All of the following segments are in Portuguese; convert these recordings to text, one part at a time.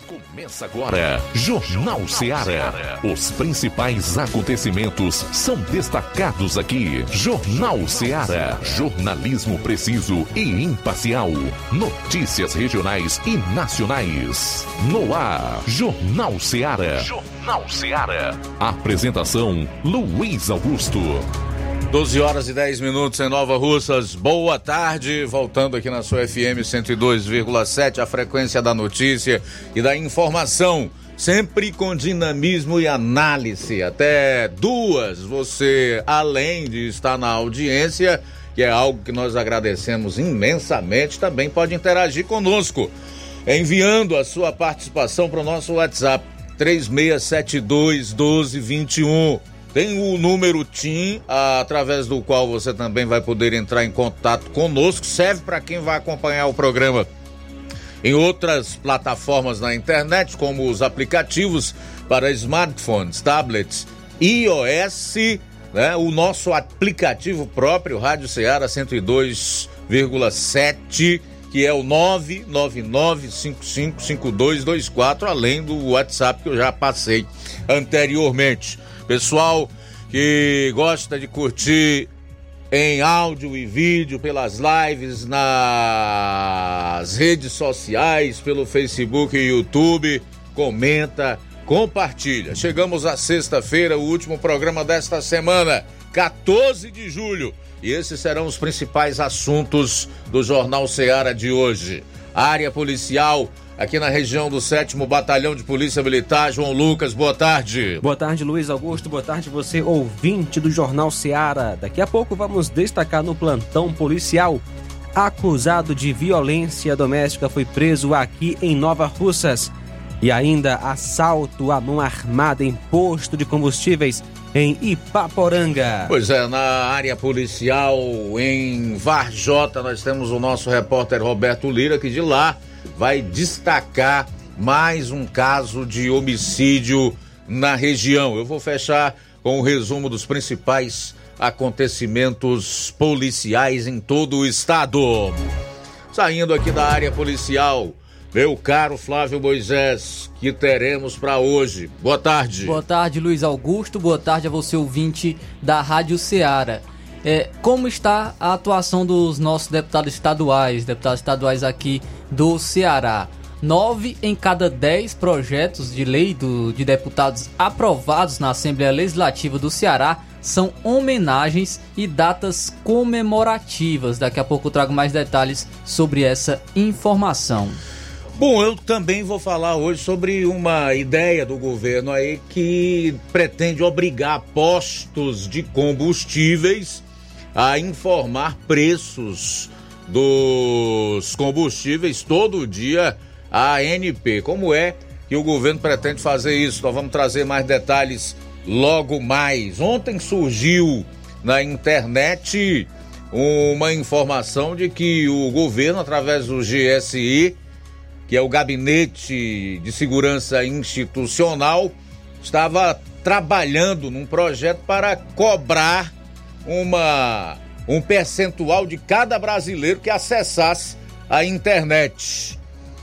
Começa agora, Jornal Ceará. Os principais acontecimentos são destacados aqui. Jornal Ceará. Jornalismo preciso e imparcial. Notícias regionais e nacionais. No ar, Jornal Ceará. Jornal Ceará. Apresentação, Luiz Augusto. 12h10 em Nova Russas. Boa tarde, voltando aqui na sua FM 102,7, a frequência da notícia e da informação, sempre com dinamismo e análise. Até 2, você, além de estar na audiência, que é algo que nós agradecemos imensamente, também pode interagir conosco, enviando a sua participação para o nosso WhatsApp 3672-1221. Tem o número TIM, através do qual você também vai poder entrar em contato conosco. Serve para quem vai acompanhar o programa em outras plataformas na internet, como os aplicativos para smartphones, tablets, iOS, né? O nosso aplicativo próprio, Rádio Ceará 102,7, que é o 999555224, além do WhatsApp que eu já passei anteriormente. Pessoal que gosta de curtir em áudio e vídeo pelas lives nas redes sociais, pelo Facebook e YouTube, comenta, compartilha. Chegamos à sexta-feira, o último programa desta semana, 14 de julho, e esses serão os principais assuntos do Jornal Ceará de hoje. Área policial aqui na região do 7º Batalhão de Polícia Militar. João Lucas, boa tarde. Boa tarde, Luiz Augusto. Boa tarde, você, ouvinte do Jornal Ceará. Daqui a pouco vamos destacar no plantão policial. Acusado de violência doméstica foi preso aqui em Nova Russas. E ainda assalto à mão armada em posto de combustíveis em Ipaporanga. Pois é, na área policial em Varjota nós temos o nosso repórter Roberto Lira, que de lá vai destacar mais um caso de homicídio na região. Eu vou fechar com o resumo dos principais acontecimentos policiais em todo o estado. Saindo aqui da área policial, meu caro Flávio Moisés, que teremos para hoje? Boa tarde. Boa tarde, Luiz Augusto. Boa tarde a você, ouvinte da Rádio Ceará. Como está a atuação dos nossos deputados estaduais aqui do Ceará? 9 em cada 10 projetos de lei de deputados aprovados na Assembleia Legislativa do Ceará são homenagens e datas comemorativas. Daqui a pouco eu trago mais detalhes sobre essa informação. Bom, eu também vou falar hoje sobre uma ideia do governo aí que pretende obrigar postos de combustíveis a informar preços dos combustíveis todo dia à ANP. Como é que o governo pretende fazer isso? Nós vamos trazer mais detalhes logo mais. Ontem surgiu na internet uma informação de que o governo, através do GSI, que é o Gabinete de Segurança Institucional, estava trabalhando num projeto para cobrar um percentual de cada brasileiro que acessasse a internet.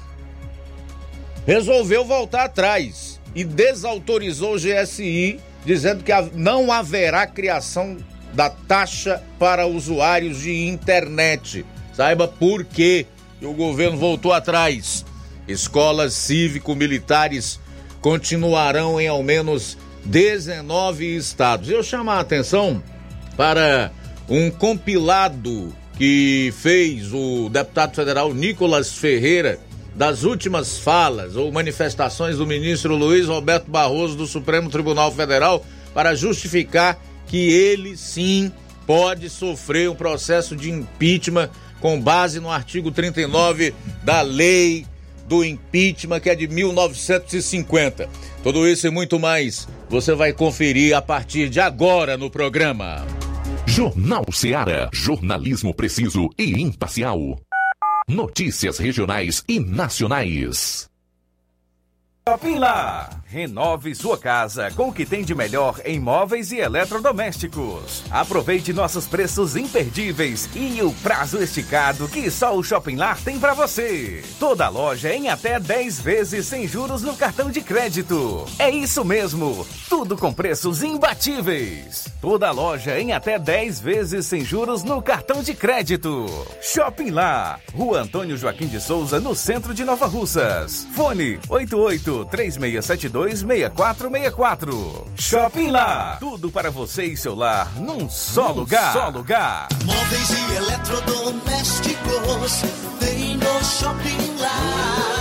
Resolveu voltar atrás e desautorizou o GSI, dizendo que não haverá criação da taxa para usuários de internet. Saiba por quê que o governo voltou atrás. Escolas cívico-militares continuarão em ao menos 19 estados. Eu chamo a atenção para um compilado que fez o deputado federal Nicolas Ferreira das últimas falas ou manifestações do ministro Luiz Roberto Barroso do Supremo Tribunal Federal para justificar que ele sim pode sofrer um processo de impeachment com base no artigo 39 da lei do impeachment, que é de 1950. Tudo isso e muito mais você vai conferir a partir de agora no programa. Jornal Ceará. Jornalismo preciso e imparcial. Notícias regionais e nacionais. Shopping Lá. Renove sua casa com o que tem de melhor em móveis e eletrodomésticos. Aproveite nossos preços imperdíveis e o prazo esticado que só o Shopping Lá tem para você. Toda loja em até 10 vezes sem juros no cartão de crédito. É isso mesmo, tudo com preços imbatíveis. Toda loja em até 10 vezes sem juros no cartão de crédito. Shopping Lá, Rua Antônio Joaquim de Souza, no centro de Nova Russas. Fone 88-3672-6464. Shopping Lá, tudo para você e seu lar num só lugar. Móveis e eletrodomésticos tem no Shopping Lá.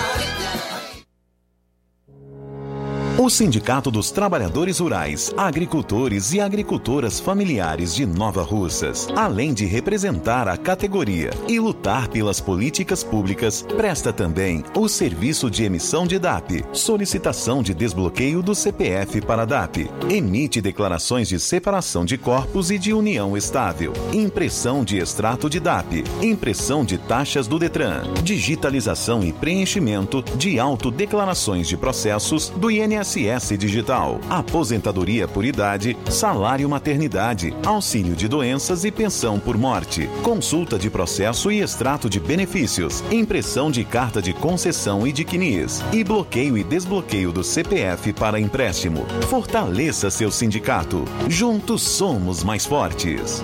O Sindicato dos Trabalhadores Rurais, Agricultores e Agricultoras Familiares de Nova Russas, além de representar a categoria e lutar pelas políticas públicas, presta também o serviço de emissão de DAP, solicitação de desbloqueio do CPF para DAP, emite declarações de separação de corpos e de união estável, impressão de extrato de DAP, impressão de taxas do Detran, digitalização e preenchimento de autodeclarações de processos do INSS Digital, aposentadoria por idade, salário maternidade, auxílio de doenças e pensão por morte, consulta de processo e extrato de benefícios, impressão de carta de concessão e de CNIS, e bloqueio e desbloqueio do CPF para empréstimo. Fortaleça seu sindicato. Juntos somos mais fortes.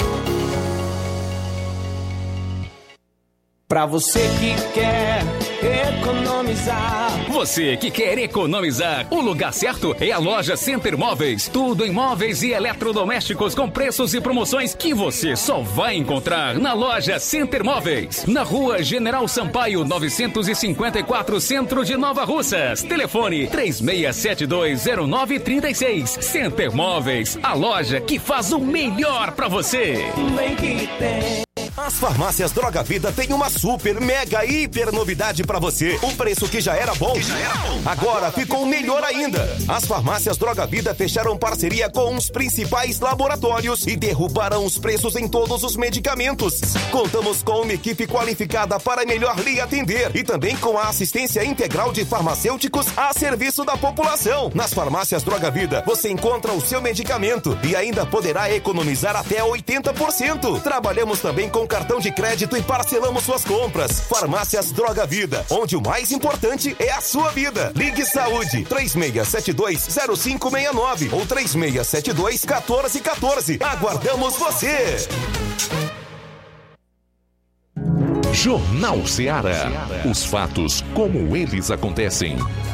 Pra você que quer economizar. Você que quer economizar, o lugar certo é a loja Center Móveis. Tudo em móveis e eletrodomésticos com preços e promoções que você só vai encontrar na loja Center Móveis. Na Rua General Sampaio, 954, centro de Nova Russas. Telefone 36720936. Center Móveis, a loja que faz o melhor pra você. Bem que tem. As farmácias Droga Vida tem uma super, mega, hiper novidade pra você. O preço que já era bom, agora ficou melhor ainda. As farmácias Droga Vida fecharam parceria com os principais laboratórios e derrubaram os preços em todos os medicamentos. Contamos com uma equipe qualificada para melhor lhe atender e também com a assistência integral de farmacêuticos a serviço da população. Nas farmácias Droga Vida, você encontra o seu medicamento e ainda poderá economizar até 80%. Trabalhamos também com cartão de crédito e parcelamos suas compras. Farmácias Droga Vida, onde o mais importante é a sua vida. Ligue Saúde 36720569 ou 36721414. Aguardamos você. Jornal Ceará. Os fatos como eles acontecem.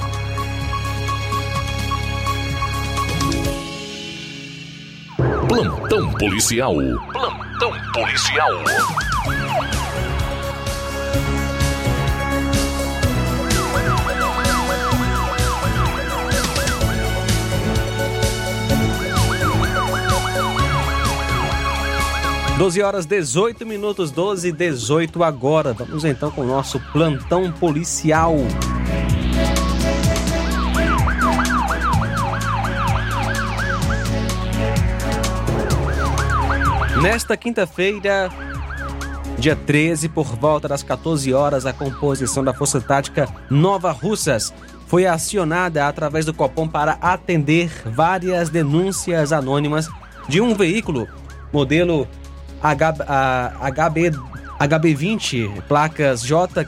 Plantão policial. Plantão policial. Doze horas 18 minutos, 12:18 agora. Vamos então com o nosso plantão policial. Nesta quinta-feira, dia 13, por volta das 14 horas, a composição da Força Tática Nova Russas foi acionada através do Copom para atender várias denúncias anônimas de um veículo modelo HB20, placas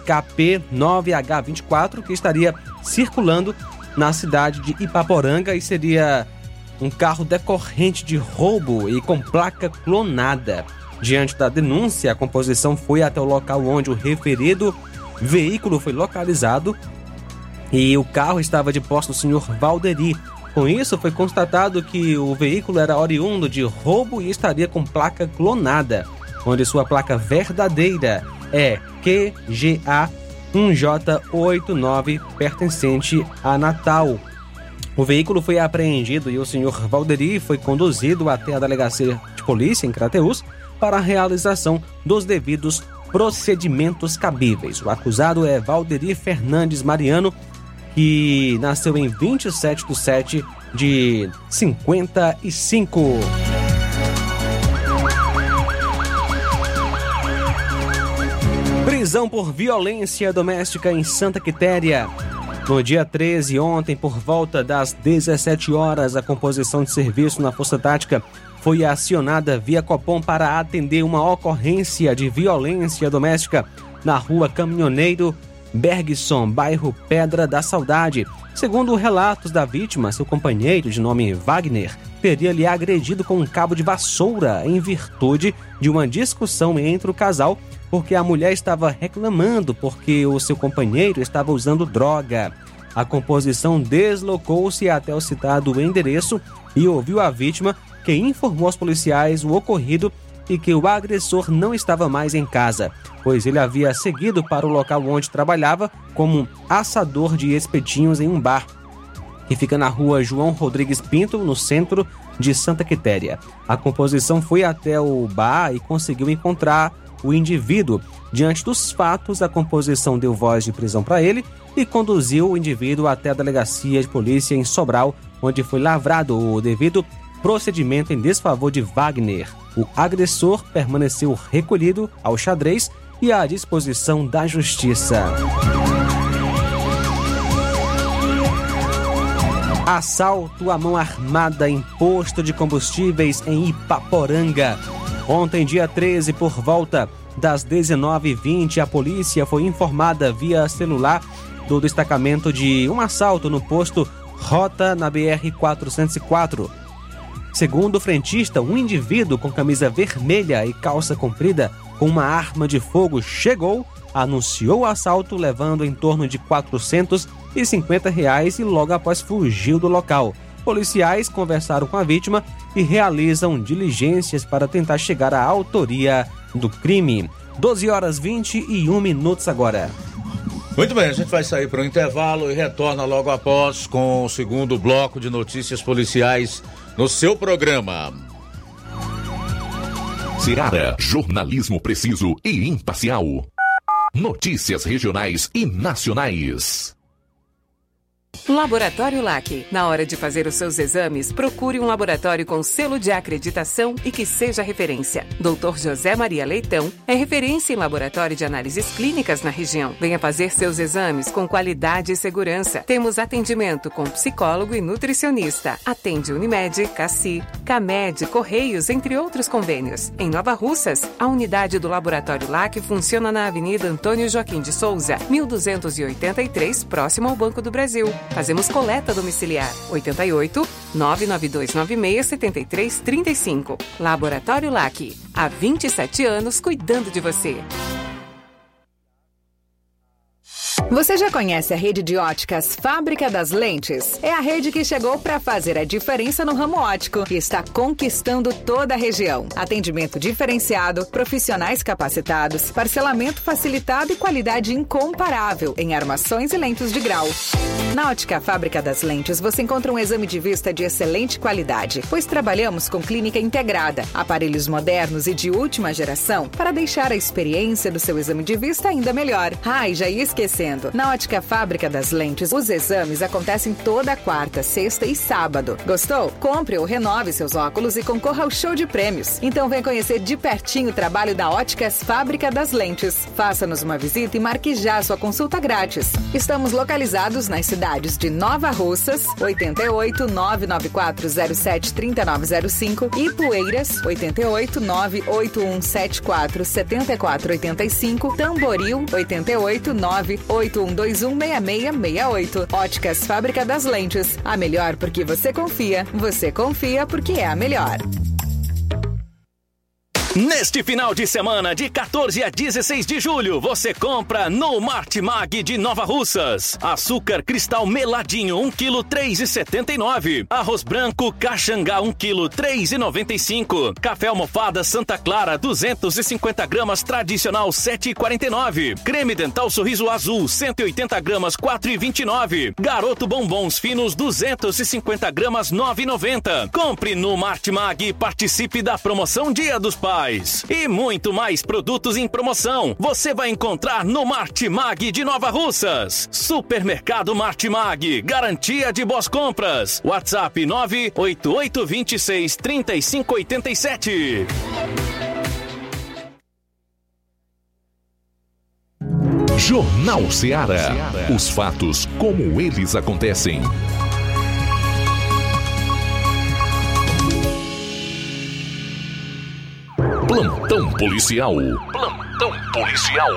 JKP9H24, que estaria circulando na cidade de Ipaporanga e seria um carro decorrente de roubo e com placa clonada. Diante da denúncia, a composição foi até o local onde o referido veículo foi localizado e o carro estava de posse do senhor Valderi. Com isso, foi constatado que o veículo era oriundo de roubo e estaria com placa clonada, onde sua placa verdadeira é QGA 1J89, pertencente a Natal. O veículo foi apreendido e o senhor Valderi foi conduzido até a delegacia de polícia em Crateús para a realização dos devidos procedimentos cabíveis. O acusado é Valderi Fernandes Mariano, que nasceu em 27/7 de 55. Prisão por violência doméstica em Santa Quitéria. No dia 13, ontem, por volta das 17 horas, a composição de serviço na Força Tática foi acionada via Copom para atender uma ocorrência de violência doméstica na rua Caminhoneiro Bergson, bairro Pedra da Saudade. Segundo relatos da vítima, seu companheiro, de nome Wagner, teria lhe agredido com um cabo de vassoura em virtude de uma discussão entre o casal, porque a mulher estava reclamando porque o seu companheiro estava usando droga. A composição deslocou-se até o citado endereço e ouviu a vítima, que informou aos policiais o ocorrido e que o agressor não estava mais em casa, pois ele havia seguido para o local onde trabalhava como assador de espetinhos em um bar, que fica na rua João Rodrigues Pinto, no centro de Santa Quitéria. A composição foi até o bar e conseguiu encontrar o indivíduo. Diante dos fatos, a composição deu voz de prisão para ele e conduziu o indivíduo até a delegacia de polícia em Sobral, onde foi lavrado o devido procedimento em desfavor de Wagner. O agressor permaneceu recolhido ao xadrez e à disposição da justiça. Assalto à mão armada em posto de combustíveis em Ipaporanga. Ontem, dia 13, por volta das 19h20, a polícia foi informada via celular do destacamento de um assalto no posto Rota na BR-404. Segundo o frentista, um indivíduo com camisa vermelha e calça comprida com uma arma de fogo chegou, anunciou o assalto, levando em torno de R$450 e logo após fugiu do local. Policiais conversaram com a vítima e realizam diligências para tentar chegar à autoria do crime. 12h21 agora. Muito bem, a gente vai sair para o intervalo e retorna logo após com o segundo bloco de notícias policiais no seu programa. Seara, jornalismo preciso e imparcial. Notícias regionais e nacionais. Laboratório LAC. Na hora de fazer os seus exames, procure um laboratório com selo de acreditação e que seja referência. Dr. José Maria Leitão é referência em laboratório de análises clínicas na região. Venha fazer seus exames com qualidade e segurança. Temos atendimento com psicólogo e nutricionista. Atende Unimed, Cassi, Camed, Correios, entre outros convênios. Em Nova Russas, a unidade do Laboratório LAC funciona na Avenida Antônio Joaquim de Souza, 1283, próximo ao Banco do Brasil. Fazemos coleta domiciliar. 88 99296 7335. Laboratório LAC. Há 27 anos cuidando de você. Você já conhece a rede de óticas Fábrica das Lentes? É a rede que chegou para fazer a diferença no ramo óptico e está conquistando toda a região. Atendimento diferenciado, profissionais capacitados, parcelamento facilitado e qualidade incomparável em armações e lentes de grau. Na Ótica Fábrica das Lentes, você encontra um exame de vista de excelente qualidade, pois trabalhamos com clínica integrada, aparelhos modernos e de última geração para deixar a experiência do seu exame de vista ainda melhor. E já ia esquecendo. Na Ótica Fábrica das Lentes, os exames acontecem toda quarta, sexta e sábado. Gostou? Compre ou renove seus óculos e concorra ao show de prêmios. Então vem conhecer de pertinho o trabalho da Óticas Fábrica das Lentes. Faça-nos uma visita e marque já sua consulta grátis. Estamos localizados nas cidades de Nova Russas, 88 99407 3905 e Poeiras, 88 98174 7485, Tamboril, 88 981216668. Óticas Fábrica das Lentes. A melhor porque você confia. Você confia porque é a melhor. Neste final de semana, de 14 a 16 de julho, você compra no Martimag de Nova Russas. Açúcar cristal meladinho, 1 kg, 3,79. Arroz branco Caxangá, 1 kg, 3,95. Café almofada Santa Clara, 250 gramas, tradicional, 7,49. Creme dental Sorriso Azul, 180 gramas, 4,29. Garoto bombons finos, 250 gramas, 9,90. Compre no Martimag e participe da promoção Dia dos Pais. E muito mais produtos em promoção você vai encontrar no Martimag de Nova Russas. Supermercado Martimag, garantia de boas compras. WhatsApp 988263587. Jornal Ceará. Os fatos como eles acontecem. Plantão policial. Plantão policial.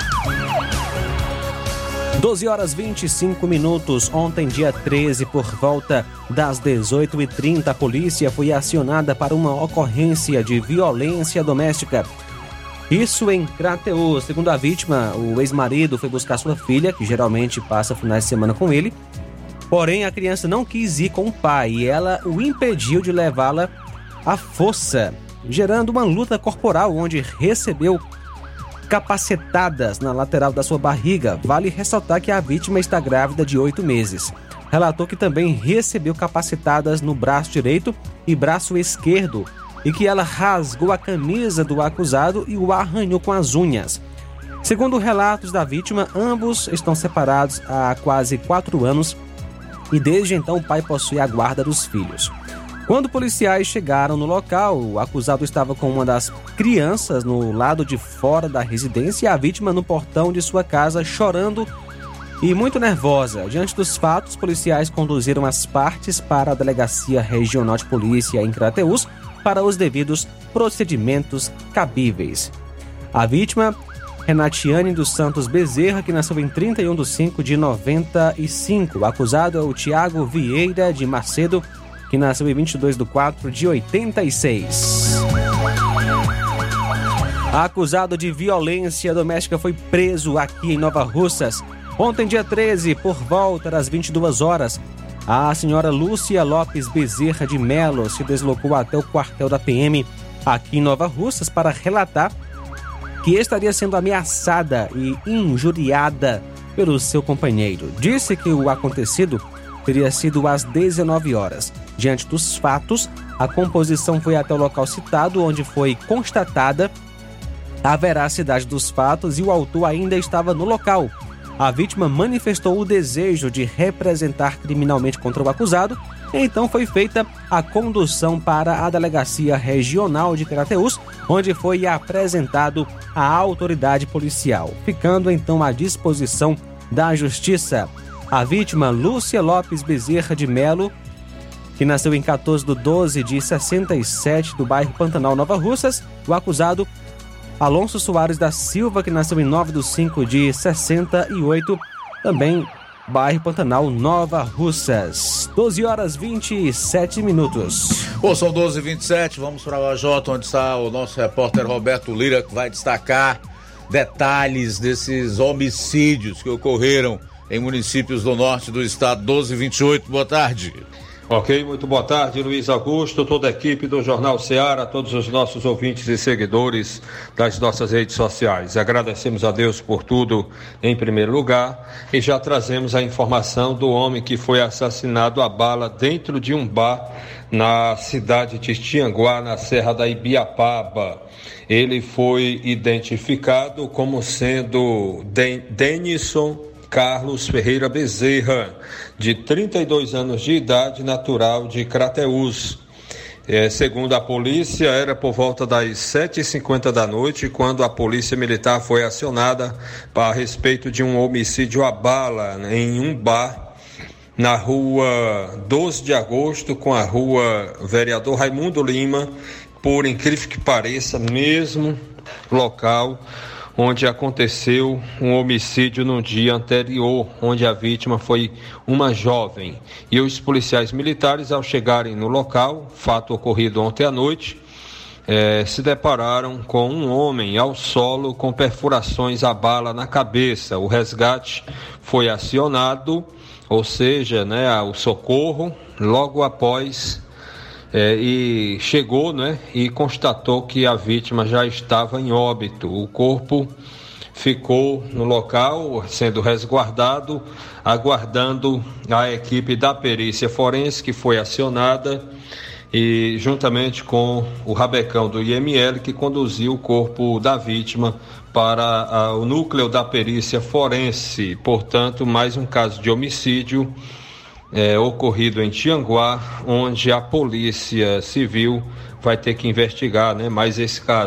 12h25. Ontem, dia 13, por volta das 18h30, a polícia foi acionada para uma ocorrência de violência doméstica. Isso em Crateús. Segundo a vítima, o ex-marido foi buscar sua filha, que geralmente passa finais de semana com ele. Porém, a criança não quis ir com o pai e ela o impediu de levá-la à força, gerando uma luta corporal onde recebeu capacetadas na lateral da sua barriga. Vale ressaltar que a vítima está grávida de 8 meses. Relatou que também recebeu capacetadas no braço direito e braço esquerdo e que ela rasgou a camisa do acusado e o arranhou com as unhas. Segundo relatos da vítima, ambos estão separados há quase 4 anos e desde então o pai possui a guarda dos filhos. Quando policiais chegaram no local, o acusado estava com uma das crianças no lado de fora da residência e a vítima no portão de sua casa chorando e muito nervosa. Diante dos fatos, policiais conduziram as partes para a Delegacia Regional de Polícia em Crateús para os devidos procedimentos cabíveis. A vítima, Renatiane dos Santos Bezerra, que nasceu em 31/5/95. O acusado é o Tiago Vieira de Macedo, que nasceu em 22/4/86. Acusado de violência doméstica foi preso aqui em Nova Russas. Ontem, dia 13, por volta das 22 horas, a senhora Lúcia Lopes Bezerra de Melo se deslocou até o quartel da PM aqui em Nova Russas para relatar que estaria sendo ameaçada e injuriada pelo seu companheiro. Disse que o acontecido teria sido às 19 horas. Diante dos fatos, a composição foi até o local citado, onde foi constatada a veracidade dos fatos e o autor ainda estava no local. A vítima manifestou o desejo de representar criminalmente contra o acusado, então foi feita a condução para a Delegacia Regional de Crateús, onde foi apresentado à autoridade policial, ficando então à disposição da Justiça. A vítima, Lúcia Lopes Bezerra de Melo, que nasceu em 14/12/67, do bairro Pantanal, Nova Russas. O acusado, Alonso Soares da Silva, que nasceu em 9/5/68, também bairro Pantanal, Nova Russas. 12h27. Bom, são 12h27, vamos para o AJ, onde está o nosso repórter Roberto Lira, que vai destacar detalhes desses homicídios que ocorreram em municípios do norte do estado. 12h28, boa tarde. Ok, muito boa tarde, Luiz Augusto, toda a equipe do Jornal Ceará, todos os nossos ouvintes e seguidores das nossas redes sociais. Agradecemos a Deus por tudo em primeiro lugar e já trazemos a informação do homem que foi assassinado a bala dentro de um bar na cidade de Tianguá, na Serra da Ibiapaba. Ele foi identificado como sendo Denison Carlos Ferreira Bezerra, de 32 anos de idade, natural de Crateús. Segundo a polícia, era por volta das 7h50 da noite quando a polícia militar foi acionada a respeito de um homicídio à bala em um bar na rua 12 de agosto com a rua Vereador Raimundo Lima, por incrível que pareça, mesmo local onde aconteceu um homicídio no dia anterior, onde a vítima foi uma jovem. E os policiais militares, ao chegarem no local, fato ocorrido ontem à noite, se depararam com um homem ao solo com perfurações a bala na cabeça. O resgate foi acionado, ou seja, o socorro, logo após e chegou, e constatou que a vítima já estava em óbito. O corpo ficou no local, sendo resguardado, aguardando a equipe da perícia forense que foi acionada e juntamente com o rabecão do IML que conduziu o corpo da vítima para o núcleo da perícia forense. Portanto, mais um caso de homicídio ocorrido em Tianguá, onde a Polícia Civil vai ter que investigar mais esse caso.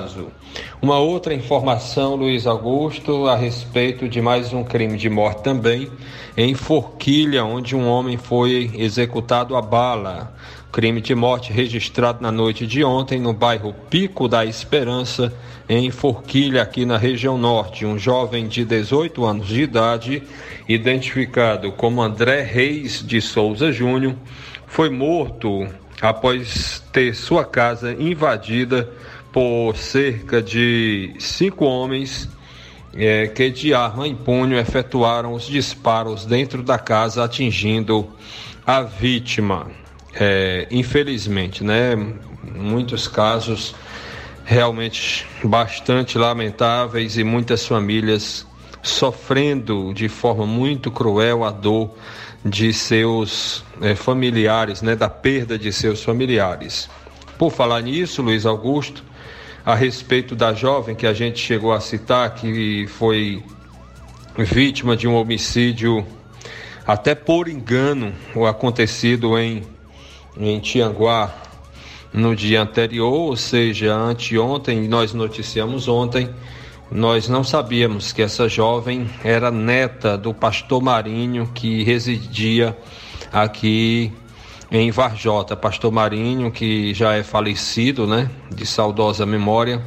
Uma outra informação, Luiz Augusto, a respeito de mais um crime de morte também, em Forquilha, onde um homem foi executado a bala. Crime de morte registrado na noite de ontem no bairro Pico da Esperança, em Forquilha, aqui na região norte. Um jovem de 18 anos de idade, identificado como André Reis de Souza Júnior, foi morto após ter sua casa invadida por cerca de 5 homens que de arma em punho efetuaram os disparos dentro da casa, atingindo a vítima. Infelizmente, né? Muitos casos realmente bastante lamentáveis e muitas famílias sofrendo de forma muito cruel a dor de seus familiares, né? Da perda de seus familiares. Por falar nisso, Luiz Augusto, a respeito da jovem que a gente chegou a citar, que foi vítima de um homicídio até por engano, o acontecido em Tianguá no dia anterior, ou seja, anteontem, nós noticiamos ontem. Nós não sabíamos que essa jovem era neta do pastor Marinho, que residia aqui em Varjota. Pastor Marinho, que já é falecido, né, de saudosa memória,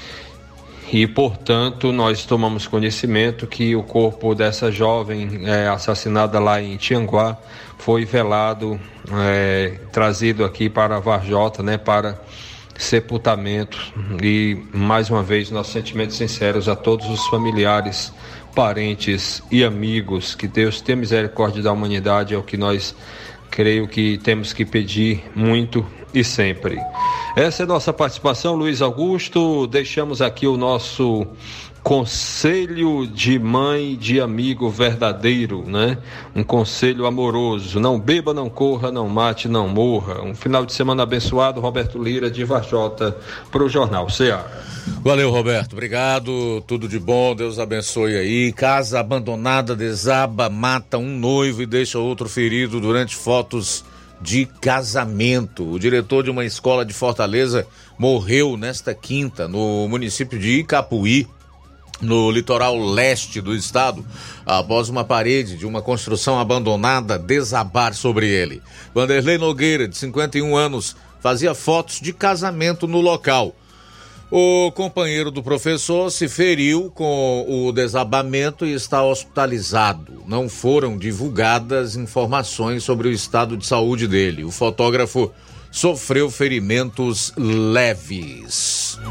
e portanto nós tomamos conhecimento que o corpo dessa jovem assassinada lá em Tianguá foi velado, trazido aqui para Varjota, né, para sepultamento. E mais uma vez nossos sentimentos sinceros a todos os familiares, parentes e amigos. Que Deus tenha misericórdia da humanidade, é o que nós creio que temos que pedir muito e sempre. Essa é a nossa participação, Luiz Augusto. Deixamos aqui o nosso conselho de mãe, de amigo verdadeiro, né? Um conselho amoroso: não beba, não corra, não mate, não morra. Um final de semana abençoado. Roberto Lira, de Varjota, para o Jornal Ceará. Valeu, Roberto, obrigado, tudo de bom, Deus abençoe aí. Casa abandonada desaba, mata um noivo e deixa outro ferido durante fotos de casamento. O diretor de uma escola de Fortaleza morreu nesta quinta no município de Icapuí, no litoral leste do estado, após uma parede de uma construção abandonada desabar sobre ele. Vanderlei Nogueira, de 51 anos, fazia fotos de casamento no local. O companheiro do professor se feriu com o desabamento e está hospitalizado. Não foram divulgadas informações sobre o estado de saúde dele. O fotógrafo sofreu ferimentos leves.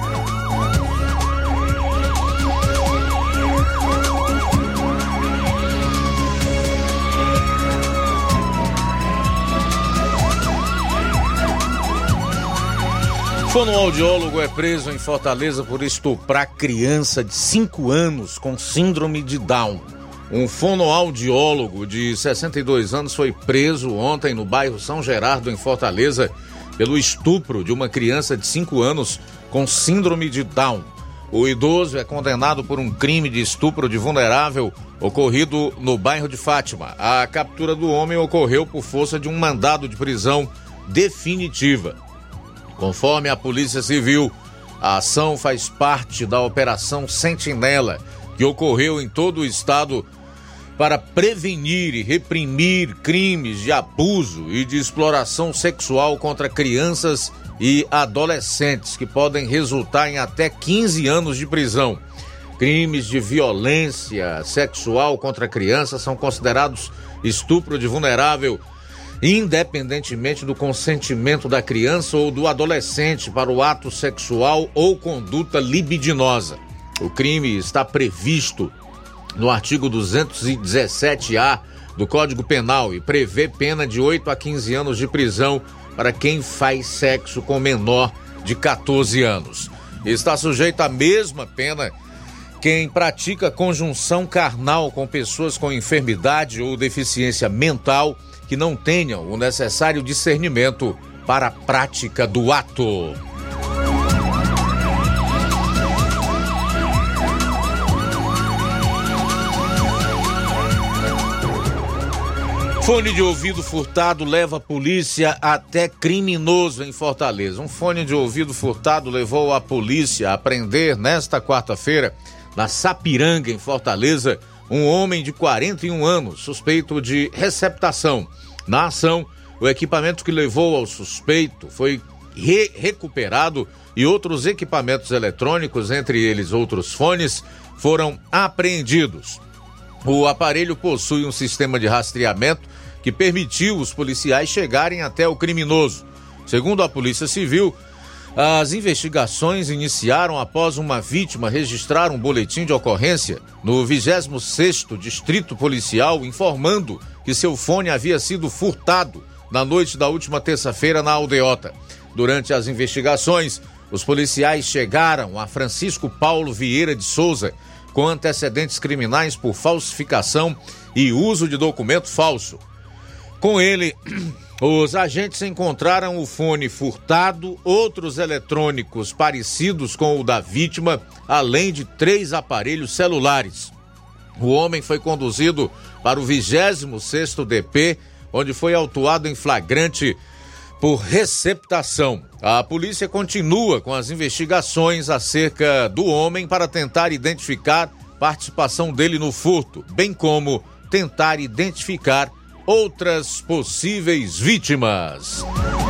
Fonoaudiólogo é preso em Fortaleza por estuprar criança de 5 anos com síndrome de Down. Um fonoaudiólogo de 62 anos foi preso ontem no bairro São Gerardo, em Fortaleza, pelo estupro de uma criança de 5 anos com síndrome de Down. O idoso é condenado por um crime de estupro de vulnerável ocorrido no bairro de Fátima. A captura do homem ocorreu por força de um mandado de prisão definitiva. Conforme a Polícia Civil, a ação faz parte da Operação Sentinela, que ocorreu em todo o estado para prevenir e reprimir crimes de abuso e de exploração sexual contra crianças e adolescentes, que podem resultar em até 15 anos de prisão. Crimes de violência sexual contra crianças são considerados estupro de vulnerável, independentemente do consentimento da criança ou do adolescente para o ato sexual ou conduta libidinosa. O crime está previsto no artigo 217-A do Código Penal e prevê pena de 8 a 15 anos de prisão para quem faz sexo com menor de 14 anos. Está sujeito à mesma pena quem pratica conjunção carnal com pessoas com enfermidade ou deficiência mental que não tenham o necessário discernimento para a prática do ato. Fone de ouvido furtado leva a polícia até criminoso em Fortaleza. Um fone de ouvido furtado levou a polícia a prender nesta quarta-feira, na Sapiranga, em Fortaleza, um homem de 41 anos, suspeito de receptação. Na ação, o equipamento que levou ao suspeito foi recuperado e outros equipamentos eletrônicos, entre eles outros fones, foram apreendidos. O aparelho possui um sistema de rastreamento que permitiu os policiais chegarem até o criminoso. Segundo a Polícia Civil, as investigações iniciaram após uma vítima registrar um boletim de ocorrência no 26º Distrito Policial, informando que seu fone havia sido furtado na noite da última terça-feira na aldeota. Durante as investigações, os policiais chegaram a Francisco Paulo Vieira de Souza, com antecedentes criminais por falsificação e uso de documento falso. Com ele, os agentes encontraram o fone furtado, outros eletrônicos parecidos com o da vítima, além de 3 aparelhos celulares. O homem foi conduzido para o 26º DP, onde foi autuado em flagrante por receptação. A polícia continua com as investigações acerca do homem para tentar identificar participação dele no furto, bem como tentar identificar outras possíveis vítimas.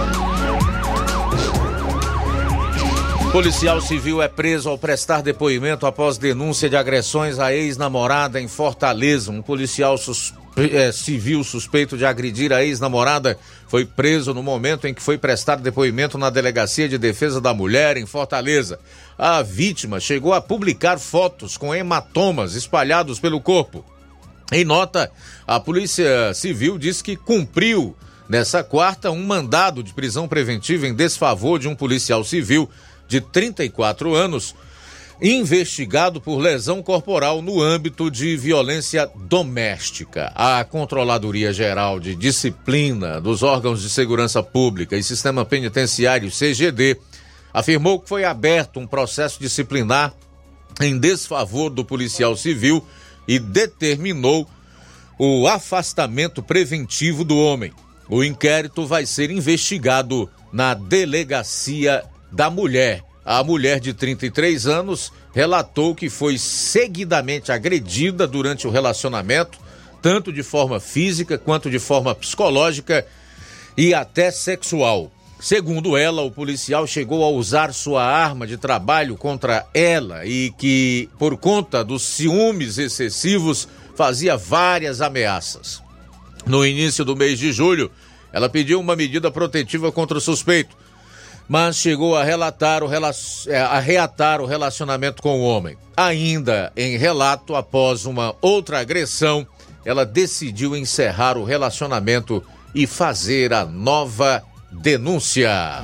Policial civil é preso ao prestar depoimento após denúncia de agressões à ex-namorada em Fortaleza. Um policial civil suspeito de agredir a ex-namorada foi preso no momento em que foi prestar depoimento na Delegacia de Defesa da Mulher em Fortaleza. A vítima chegou a publicar fotos com hematomas espalhados pelo corpo. Em nota, a Polícia Civil diz que cumpriu nessa quarta um mandado de prisão preventiva em desfavor de um policial civil de 34 anos, investigado por lesão corporal no âmbito de violência doméstica. A Controladoria Geral de Disciplina dos Órgãos de Segurança Pública e Sistema Penitenciário, CGD, afirmou que foi aberto um processo disciplinar em desfavor do policial civil e determinou o afastamento preventivo do homem. O inquérito vai ser investigado na Delegacia da Mulher. A mulher de 33 anos relatou que foi seguidamente agredida durante o relacionamento, tanto de forma física quanto de forma psicológica e até sexual. Segundo ela, o policial chegou a usar sua arma de trabalho contra ela e que, por conta dos ciúmes excessivos, fazia várias ameaças. No início do mês de julho, ela pediu uma medida protetiva contra o suspeito, mas chegou a reatar o relacionamento com o homem. Ainda em relato, após uma outra agressão, ela decidiu encerrar o relacionamento e fazer a nova denúncia.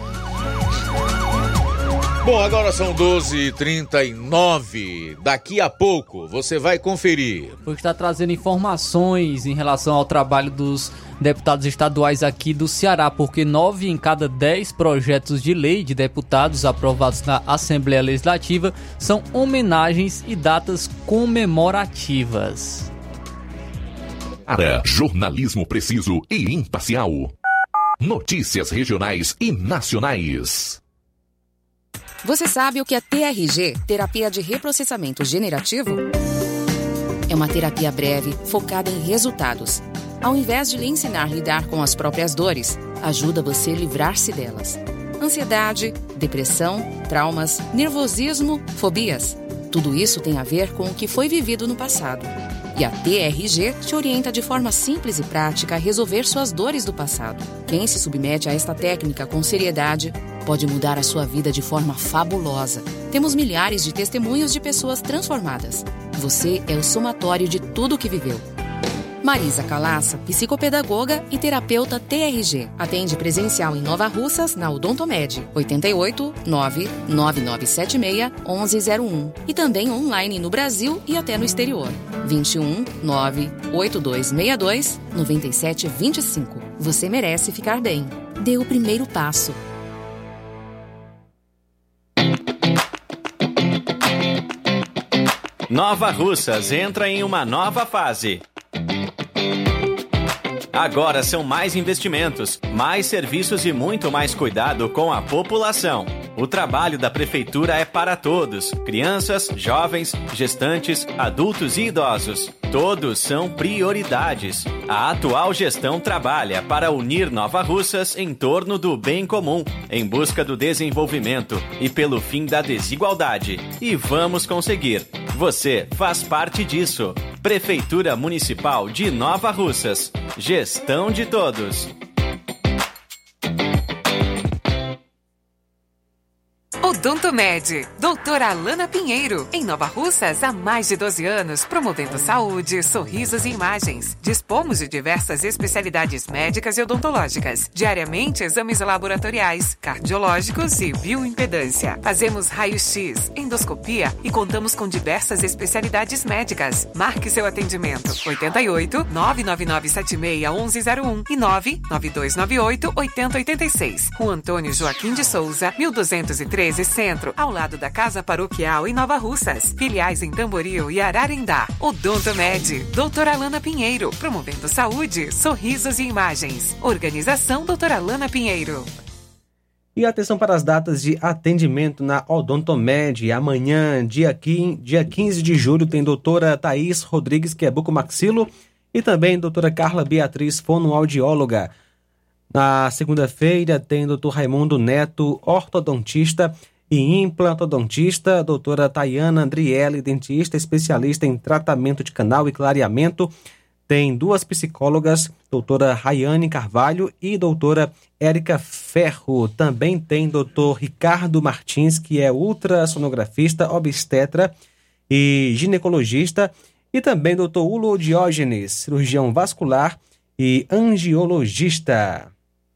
Bom, agora são 12h39. Daqui a pouco você vai conferir. Porque está trazendo informações em relação ao trabalho dos deputados estaduais aqui do Ceará, porque 9 em cada 10 projetos de lei de deputados aprovados na Assembleia Legislativa são homenagens e datas comemorativas. Jornalismo preciso e imparcial. Notícias regionais e nacionais. Você sabe o que é TRG, Terapia de Reprocessamento Generativo? É uma terapia breve, focada em resultados. Ao invés de lhe ensinar a lidar com as próprias dores, ajuda você a livrar-se delas. Ansiedade, depressão, traumas, nervosismo, fobias. Tudo isso tem a ver com o que foi vivido no passado. E a TRG te orienta de forma simples e prática a resolver suas dores do passado. Quem se submete a esta técnica com seriedade pode mudar a sua vida de forma fabulosa. Temos milhares de testemunhos de pessoas transformadas. Você é o somatório de tudo o que viveu. Marisa Calaça, psicopedagoga e terapeuta TRG. Atende presencial em Nova Russas, na Odontomed, 88 99976 1101. E também online no Brasil e até no exterior, 21 98262 9725. Você merece ficar bem. Dê o primeiro passo. Nova Russas entra em uma nova fase. Agora são mais investimentos, mais serviços e muito mais cuidado com a população. O trabalho da Prefeitura é para todos: crianças, jovens, gestantes, adultos e idosos. Todos são prioridades. A atual gestão trabalha para unir Nova Russas em torno do bem comum, em busca do desenvolvimento e pelo fim da desigualdade. E vamos conseguir. Você faz parte disso. Prefeitura Municipal de Nova Russas. Gestão de todos. Odonto Med, doutora Alana Pinheiro, em Nova Russas há mais de 12 anos, promovendo saúde, sorrisos e imagens. Dispomos de diversas especialidades médicas e odontológicas, diariamente exames laboratoriais, cardiológicos e bioimpedância. Fazemos raio-x, endoscopia e contamos com diversas especialidades médicas. Marque seu atendimento 88 999 76 1101 e 99298 8086. Rua Antônio Joaquim de Souza, 1213 Centro, ao lado da Casa Paroquial em Nova Russas. Filiais em Tamboril e Ararendá. Odonto Med, doutora Alana Pinheiro, promovendo saúde, sorrisos e imagens. Organização doutora Alana Pinheiro. E atenção para as datas de atendimento na Odonto Med. Amanhã, dia 15 de julho, tem doutora Thaís Rodrigues, que é bucomaxilo, e também doutora Carla Beatriz, fonoaudióloga. Na segunda-feira tem Dr. Raimundo Neto, ortodontista e implantodontista, doutora Tayana Andriele, dentista, especialista em tratamento de canal e clareamento. Tem duas psicólogas, doutora Rayane Carvalho e doutora Érica Ferro. Também tem doutor Ricardo Martins, que é ultrassonografista, obstetra e ginecologista. E também doutor Ulo Diógenes, cirurgião vascular e angiologista.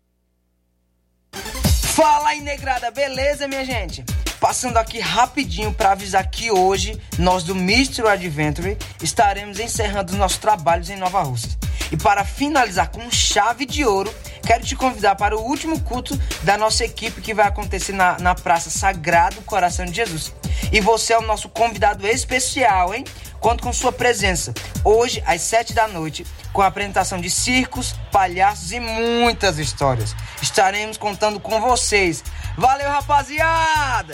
Fala aí, negrada, beleza, minha gente? Passando aqui rapidinho para avisar que hoje nós do Mystery Adventure estaremos encerrando os nossos trabalhos em Nova Russas. E para finalizar com chave de ouro, quero te convidar para o último culto da nossa equipe, que vai acontecer na Praça Sagrado Coração de Jesus. E você é o nosso convidado especial, hein? Conto com sua presença hoje às 7 da noite, com a apresentação de circos, palhaços e muitas histórias. Estaremos contando com vocês. Valeu, rapaziada!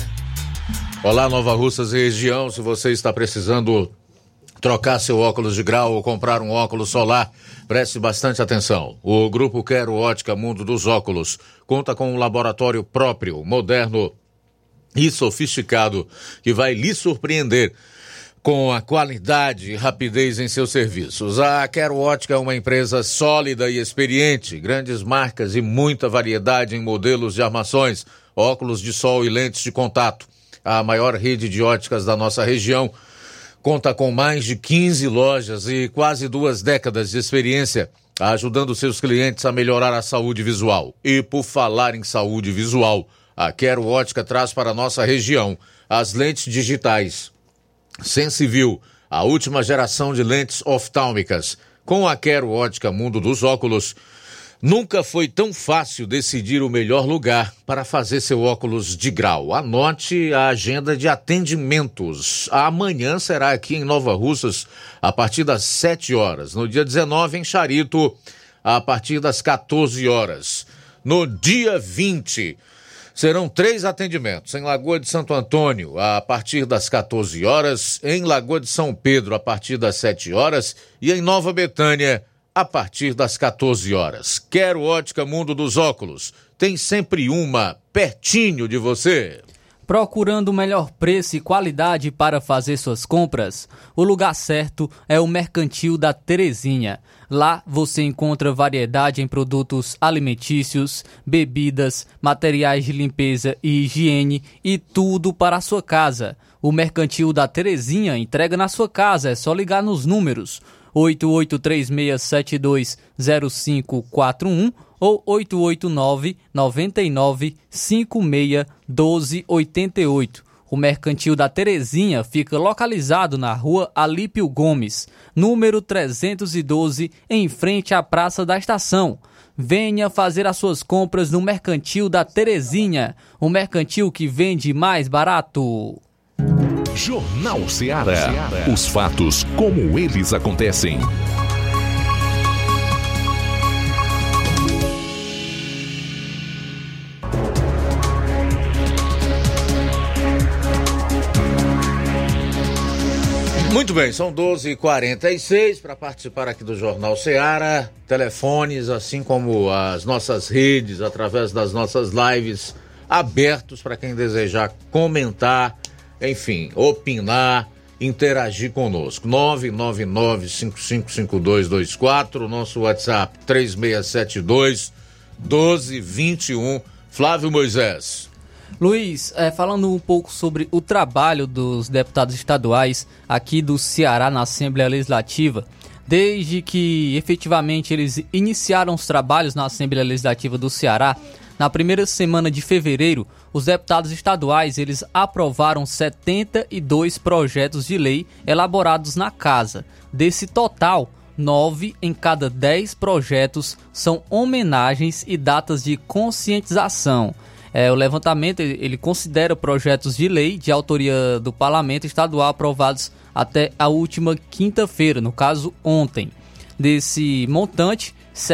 Olá, Nova Russas e região. Se você está precisando trocar seu óculos de grau ou comprar um óculos solar, preste bastante atenção. O Grupo Quero Ótica Mundo dos Óculos conta com um laboratório próprio, moderno e sofisticado, que vai lhe surpreender com a qualidade e rapidez em seus serviços. A Quero Ótica é uma empresa sólida e experiente, grandes marcas e muita variedade em modelos de armações, óculos de sol e lentes de contato. A maior rede de óticas da nossa região conta com mais de 15 lojas e quase 2 décadas de experiência, ajudando seus clientes a melhorar a saúde visual. E por falar em saúde visual, a Quero Ótica traz para a nossa região as lentes digitais Sensiview, a última geração de lentes oftálmicas. Com a Quero Ótica Mundo dos Óculos, nunca foi tão fácil decidir o melhor lugar para fazer seu óculos de grau. Anote a agenda de atendimentos. Amanhã será aqui em Nova Russas, a partir das 7 horas. No dia 19, em Charito, a partir das 14 horas. No dia 20, serão 3 atendimentos, em Lagoa de Santo Antônio, a partir das 14 horas, em Lagoa de São Pedro, a partir das 7 horas, e em Nova Betânia, a partir das 14 horas. Quero Ótica Mundo dos Óculos. Tem sempre uma pertinho de você. Procurando o melhor preço e qualidade para fazer suas compras? O lugar certo é o Mercantil da Terezinha. Lá você encontra variedade em produtos alimentícios, bebidas, materiais de limpeza e higiene e tudo para a sua casa. O Mercantil da Terezinha entrega na sua casa, é só ligar nos números 8836720541 ou 889-9956-1288. O Mercantil da Terezinha fica localizado na rua Alípio Gomes, número 312, em frente à Praça da Estação. Venha fazer as suas compras no Mercantil da Terezinha, o mercantil que vende mais barato. Jornal Ceará. Os fatos como eles acontecem. Muito bem, são 12h46 para participar aqui do Jornal Ceará. Telefones, assim como as nossas redes, através das nossas lives, abertos para quem desejar comentar, enfim, opinar, interagir conosco. 999-555224, nosso WhatsApp 3672-1221. Flávio Moisés. Luiz, falando um pouco sobre o trabalho dos deputados estaduais aqui do Ceará na Assembleia Legislativa, desde que efetivamente eles iniciaram os trabalhos na Assembleia Legislativa do Ceará, na primeira semana de fevereiro, os deputados estaduais eles aprovaram 72 projetos de lei elaborados na casa. Desse total, 9 em cada 10 projetos são homenagens e datas de conscientização. O levantamento ele considera projetos de lei de autoria do Parlamento Estadual aprovados até a última quinta-feira, no caso ontem. Desse montante,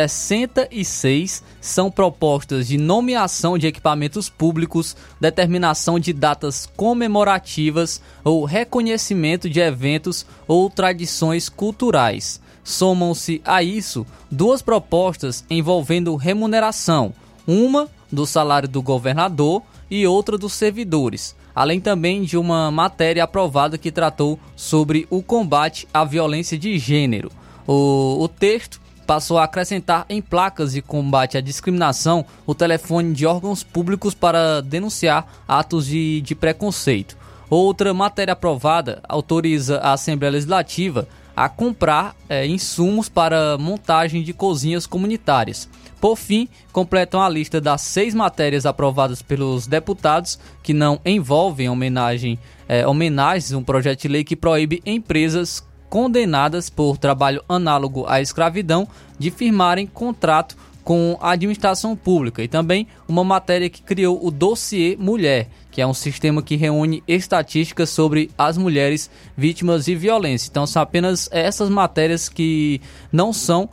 66 são propostas de nomeação de equipamentos públicos, determinação de datas comemorativas ou reconhecimento de eventos ou tradições culturais. Somam-se a isso 2 propostas envolvendo remuneração, uma do salário do governador e outra dos servidores, além também de uma matéria aprovada que tratou sobre o combate à violência de gênero. O texto passou a acrescentar em placas de combate à discriminação o telefone de órgãos públicos para denunciar atos de preconceito. Outra matéria aprovada autoriza a Assembleia Legislativa a comprar insumos para montagem de cozinhas comunitárias. Por fim, completam a lista das 6 matérias aprovadas pelos deputados que não envolvem homenagens, um projeto de lei que proíbe empresas condenadas por trabalho análogo à escravidão de firmarem contrato com a administração pública, e também uma matéria que criou o Dossiê Mulher, que é um sistema que reúne estatísticas sobre as mulheres vítimas de violência. Então são apenas essas matérias que não são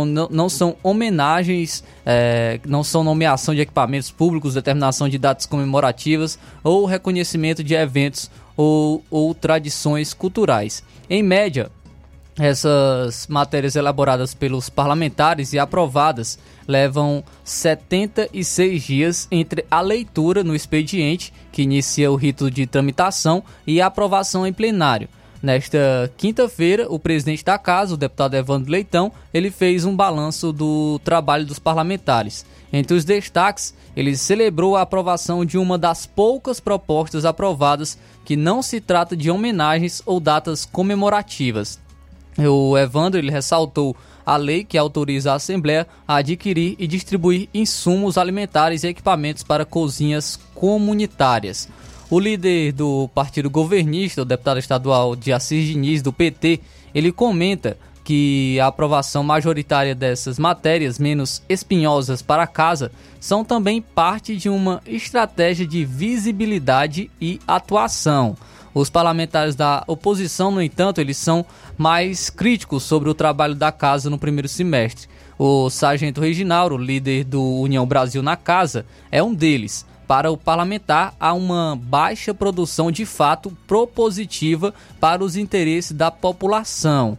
homenagens, não são nomeação de equipamentos públicos, determinação de datas comemorativas ou reconhecimento de eventos ou tradições culturais. Em média, essas matérias elaboradas pelos parlamentares e aprovadas levam 76 dias entre a leitura no expediente, que inicia o rito de tramitação, e a aprovação em plenário. Nesta quinta-feira, o presidente da casa, o deputado Evandro Leitão, ele fez um balanço do trabalho dos parlamentares. Entre os destaques, ele celebrou a aprovação de uma das poucas propostas aprovadas que não se trata de homenagens ou datas comemorativas. O Evandro ele ressaltou a lei que autoriza a Assembleia a adquirir e distribuir insumos alimentares e equipamentos para cozinhas comunitárias. O líder do partido governista, o deputado estadual de Assis Diniz, do PT, ele comenta que a aprovação majoritária dessas matérias menos espinhosas para a casa são também parte de uma estratégia de visibilidade e atuação. Os parlamentares da oposição, no entanto, eles são mais críticos sobre o trabalho da casa no primeiro semestre. O sargento Reginaldo, líder do União Brasil na casa, é um deles. Para o parlamentar, há uma baixa produção de fato propositiva para os interesses da população.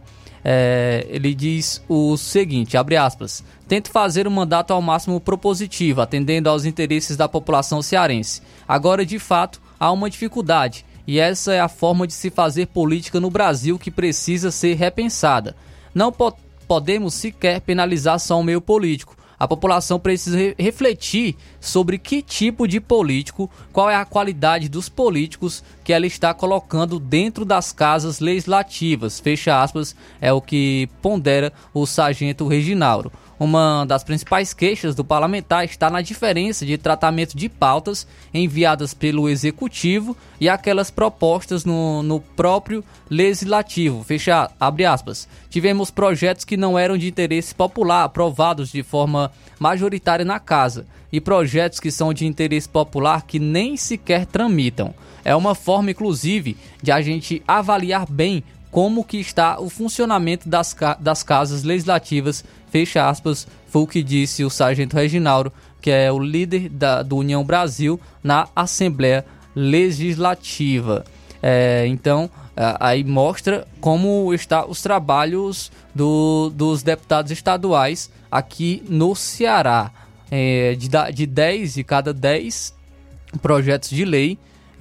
Ele diz o seguinte, abre aspas, tento fazer um mandato ao máximo propositivo, atendendo aos interesses da população cearense. Agora, de fato, há uma dificuldade, e essa é a forma de se fazer política no Brasil que precisa ser repensada. Não podemos sequer penalizar só o meio político. A população precisa refletir sobre que tipo de político, qual é a qualidade dos políticos que ela está colocando dentro das casas legislativas. Fecha aspas, é o que pondera o sargento Reginaldo. Uma das principais queixas do parlamentar está na diferença de tratamento de pautas enviadas pelo Executivo e aquelas propostas no próprio Legislativo. Abre aspas. Tivemos projetos que não eram de interesse popular aprovados de forma majoritária na Casa e projetos que são de interesse popular que nem sequer tramitam. É uma forma, inclusive, de a gente avaliar bem como que está o funcionamento das casas legislativas, fecha aspas, foi o que disse o sargento Reginaldo, que é o líder do União Brasil na Assembleia Legislativa. Então, Aí mostra como estão os trabalhos dos deputados estaduais aqui no Ceará. De cada 10 projetos de lei,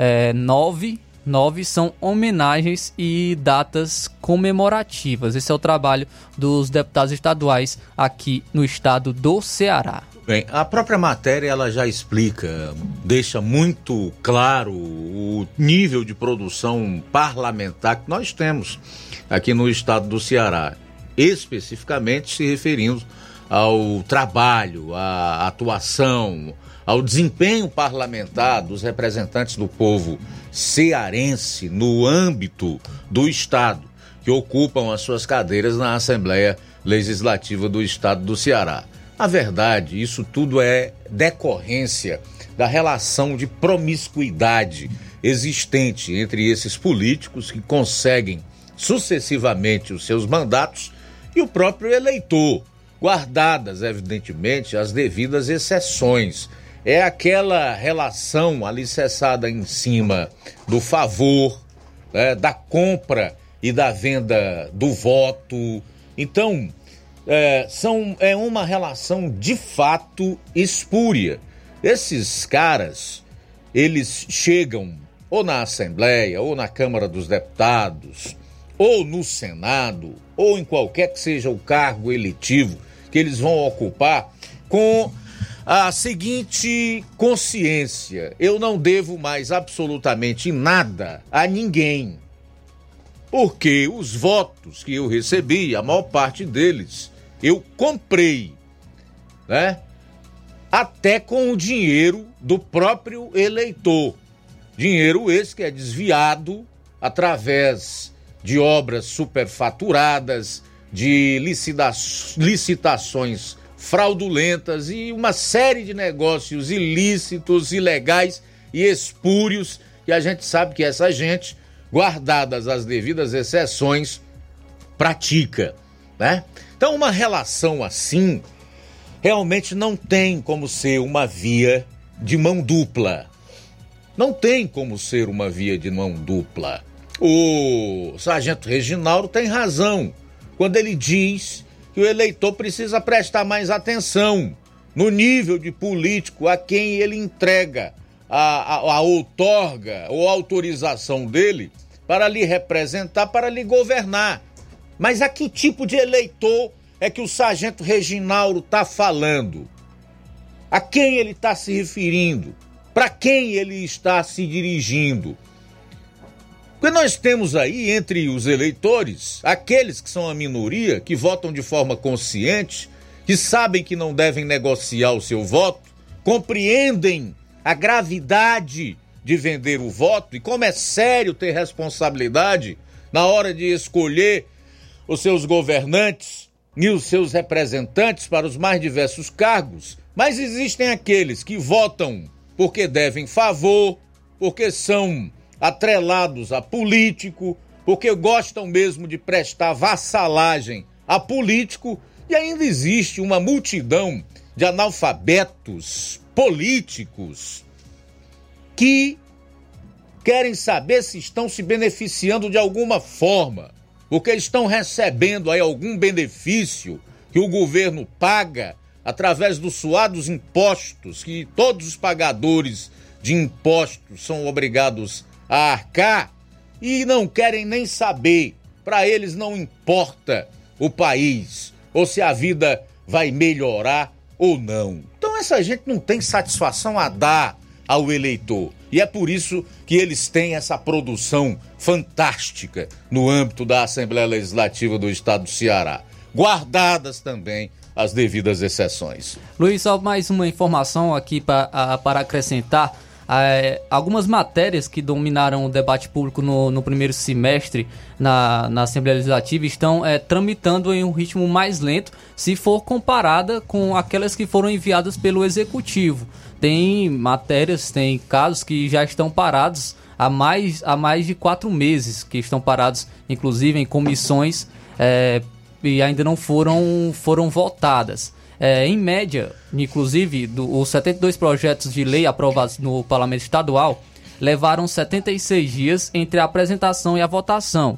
9 são homenagens e datas comemorativas. Esse é o trabalho dos deputados estaduais aqui no estado do Ceará. Bem, a própria matéria ela já explica, deixa muito claro o nível de produção parlamentar que nós temos aqui no estado do Ceará, especificamente se referindo ao trabalho, à atuação, ao desempenho parlamentar dos representantes do povo cearense no âmbito do estado, que ocupam as suas cadeiras na Assembleia Legislativa do estado do Ceará. Na verdade, isso tudo é decorrência da relação de promiscuidade existente entre esses políticos que conseguem sucessivamente os seus mandatos e o próprio eleitor, guardadas, evidentemente, as devidas exceções. É aquela relação alicerçada em cima do favor, da compra e da venda do voto. Então, é uma relação de fato espúria. Esses caras, eles chegam ou na Assembleia, ou na Câmara dos Deputados, ou no Senado, ou em qualquer que seja o cargo eletivo que eles vão ocupar, com a seguinte consciência: eu não devo mais absolutamente nada a ninguém, porque os votos que eu recebi, a maior parte deles, eu comprei, né? Até com o dinheiro do próprio eleitor. Dinheiro esse que é desviado através de obras superfaturadas, de licitações fraudulentas e uma série de negócios ilícitos, ilegais e espúrios, que a gente sabe que essa gente, guardadas as devidas exceções, pratica, né? Então, uma relação assim realmente não tem como ser uma via de mão dupla. Não tem como ser uma via de mão dupla. O sargento Reginaldo tem razão quando ele diz que o eleitor precisa prestar mais atenção no nível de político a quem ele entrega a outorga ou autorização dele para lhe representar, para lhe governar. Mas a que tipo de eleitor é que o sargento Reginaldo está falando? A quem ele está se referindo? Para quem ele está se dirigindo? Porque nós temos aí entre os eleitores aqueles que são a minoria, que votam de forma consciente, que sabem que não devem negociar o seu voto, compreendem a gravidade de vender o voto e como é sério ter responsabilidade na hora de escolher os seus governantes e os seus representantes para os mais diversos cargos. Mas existem aqueles que votam porque devem favor, porque são atrelados a político, porque gostam mesmo de prestar vassalagem a político, e ainda existe uma multidão de analfabetos políticos que querem saber se estão se beneficiando de alguma forma, porque estão recebendo aí algum benefício que o governo paga através dos suados impostos, que todos os pagadores de impostos são obrigados a arcar, e não querem nem saber. Para eles não importa o país, ou se a vida vai melhorar ou não. Então essa gente não tem satisfação a dar ao eleitor. E é por isso que eles têm essa produção fantástica no âmbito da Assembleia Legislativa do Estado do Ceará, guardadas também as devidas exceções. Luiz, só mais uma informação aqui para acrescentar. Algumas matérias que dominaram o debate público no primeiro semestre na Assembleia Legislativa estão tramitando em um ritmo mais lento se for comparada com aquelas que foram enviadas pelo Executivo. Tem matérias, tem casos que já estão parados há mais de 4 meses, que estão parados inclusive em comissões e ainda não foram votadas. Em média, inclusive, os 72 projetos de lei aprovados no Parlamento Estadual, levaram 76 dias entre a apresentação e a votação.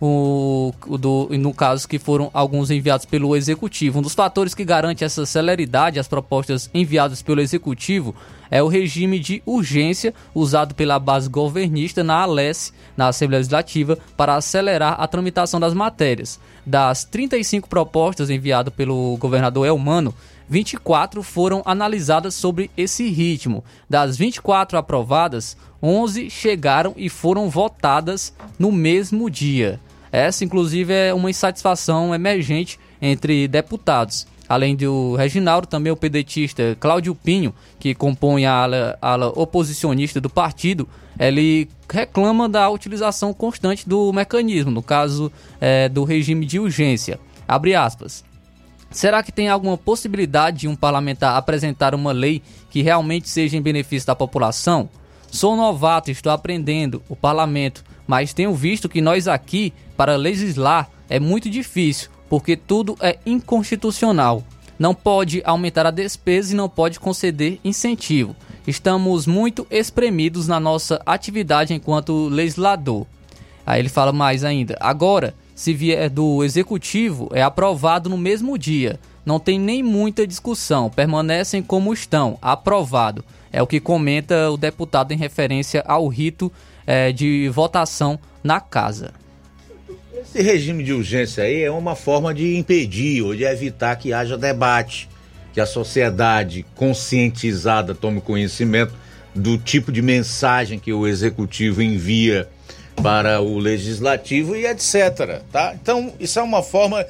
No caso que foram alguns enviados pelo Executivo. Um dos fatores que garante essa celeridade às propostas enviadas pelo Executivo é o regime de urgência usado pela base governista na ALES, na Assembleia Legislativa, para acelerar a tramitação das matérias. Das 35 propostas enviadas pelo governador Elmano, 24 foram analisadas sobre esse ritmo. Das 24 aprovadas, 11 chegaram e foram votadas no mesmo dia. Essa, inclusive, é uma insatisfação emergente entre deputados. Além do Reginaldo, também o pedetista Cláudio Pinho, que compõe a ala oposicionista do partido, ele reclama da utilização constante do mecanismo, no caso do regime de urgência. Abre aspas. Será que tem alguma possibilidade de um parlamentar apresentar uma lei que realmente seja em benefício da população? Sou novato e estou aprendendo o parlamento, mas tenho visto que nós aqui, para legislar, é muito difícil, porque tudo é inconstitucional. Não pode aumentar a despesa e não pode conceder incentivo. Estamos muito espremidos na nossa atividade enquanto legislador. Aí ele fala mais ainda. Agora, se vier do Executivo, é aprovado no mesmo dia. Não tem nem muita discussão, permanecem como estão, aprovado. É o que comenta o deputado em referência ao rito de votação na casa. Esse regime de urgência aí é uma forma de impedir ou de evitar que haja debate, que a sociedade conscientizada tome conhecimento do tipo de mensagem que o Executivo envia para o Legislativo e etc. Tá? Então, isso é uma forma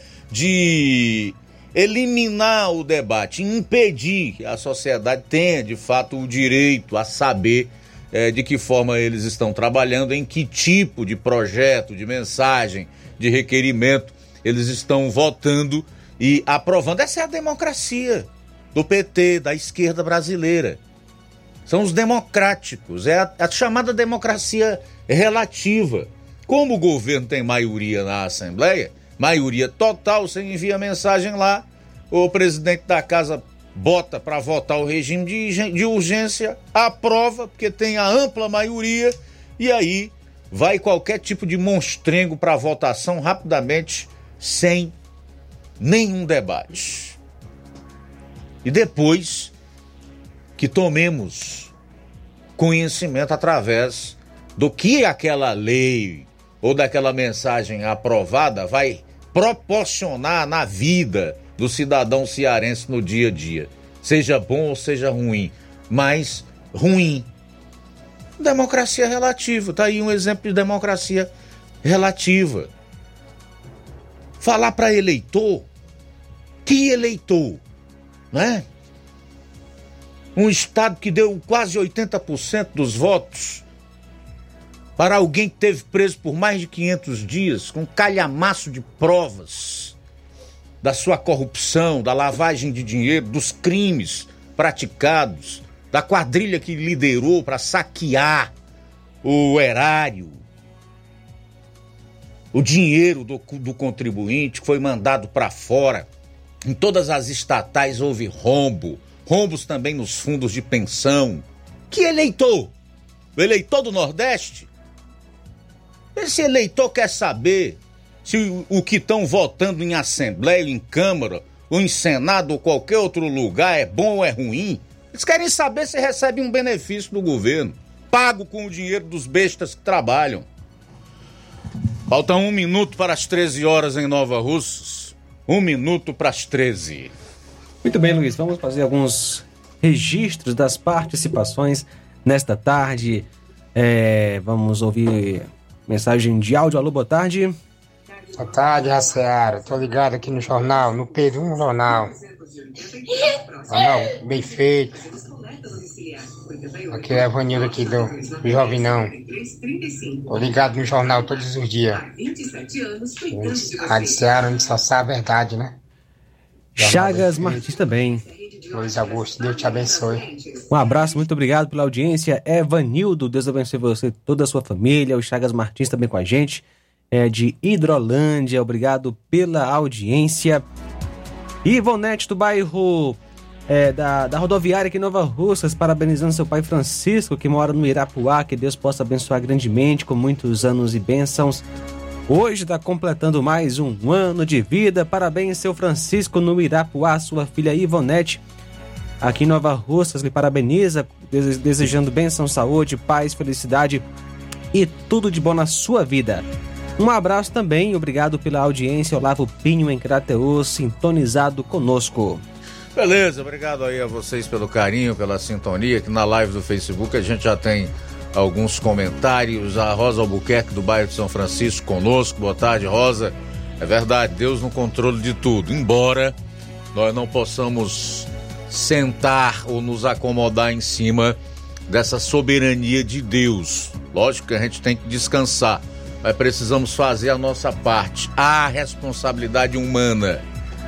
de eliminar o debate, impedir que a sociedade tenha, de fato, o direito a saber de que forma eles estão trabalhando, em que tipo de projeto, de mensagem, de requerimento eles estão votando e aprovando. Essa é a democracia do PT, da esquerda brasileira. São os democráticos, é a chamada democracia relativa. Como o governo tem maioria na Assembleia, maioria total, você envia mensagem lá, o presidente da casa bota para votar o regime de urgência, aprova, porque tem a ampla maioria, e aí vai qualquer tipo de monstrengo para votação rapidamente, sem nenhum debate. E depois que tomemos conhecimento através do que aquela lei ou daquela mensagem aprovada vai proporcionar na vida do cidadão cearense no dia a dia, seja bom ou seja ruim, mas ruim. Democracia relativa, tá aí um exemplo de democracia relativa. Falar para eleitor, que eleitor, né? Um estado que deu quase 80% dos votos para alguém que esteve preso por mais de 500 dias, com calhamaço de provas da sua corrupção, da lavagem de dinheiro, dos crimes praticados, da quadrilha que liderou para saquear o erário, o dinheiro do contribuinte que foi mandado para fora. Em todas as estatais houve rombos também nos fundos de pensão. Que eleitor? O eleitor do Nordeste? Esse eleitor quer saber se o que estão votando em Assembleia, em Câmara, ou em Senado, ou qualquer outro lugar é bom ou é ruim. Eles querem saber se recebe um benefício do governo, pago com o dinheiro dos bestas que trabalham. Falta 1 minuto para as 13 horas em Nova Russas. 1 minuto para as 13. Muito bem, Luiz. Vamos fazer alguns registros das participações nesta tarde. Vamos ouvir mensagem de áudio. Alô, boa tarde. Boa tarde, Raciara. Tô ligado aqui no jornal, no P1 Jornal. Jornal bem feito. Aqui é a Vanilda aqui do Jovinão. Tô ligado no jornal todos os dias. Rádio Ceará, onde só sabe a verdade, né? Chagas Martins também. Luiz Augusto, Deus te abençoe. Um abraço, muito obrigado pela audiência. Evanildo, Deus abençoe você, toda a sua família. O Chagas Martins também com a gente. De Hidrolândia, obrigado pela audiência. Ivonete do bairro da rodoviária aqui em Nova Russas, parabenizando seu pai Francisco, que mora no Irapuá, que Deus possa abençoar grandemente, com muitos anos e bênçãos. Hoje está completando mais um ano de vida. Parabéns, seu Francisco, no Irapuá. Sua filha Ivonete, aqui em Nova Russas, lhe parabeniza, desejando bênção, saúde, paz, felicidade e tudo de bom na sua vida. Um abraço também, obrigado pela audiência, Olavo Pinho em Crateús, sintonizado conosco. Beleza, obrigado aí a vocês pelo carinho, pela sintonia. Aqui na live do Facebook a gente já tem alguns comentários. A Rosa Albuquerque do bairro de São Francisco conosco. Boa tarde, Rosa. É verdade, Deus no controle de tudo, embora nós não possamos sentar ou nos acomodar em cima dessa soberania de Deus. Lógico que a gente tem que descansar, mas precisamos fazer a nossa parte. Há responsabilidade humana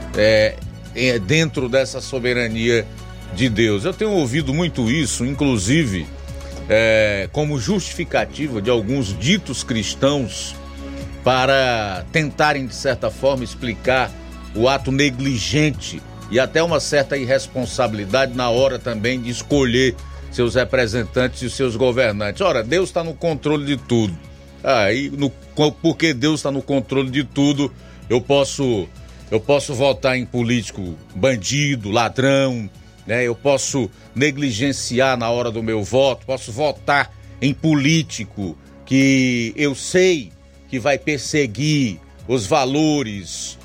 dentro dessa soberania de Deus. Eu tenho ouvido muito isso, inclusive como justificativa de alguns ditos cristãos para tentarem, de certa forma, explicar o ato negligente e até uma certa irresponsabilidade na hora também de escolher seus representantes e seus governantes. Ora, Deus está no controle de tudo. Porque Deus está no controle de tudo, eu posso votar em político bandido, ladrão, né? Eu posso negligenciar na hora do meu voto, posso votar em político que eu sei que vai perseguir os valores,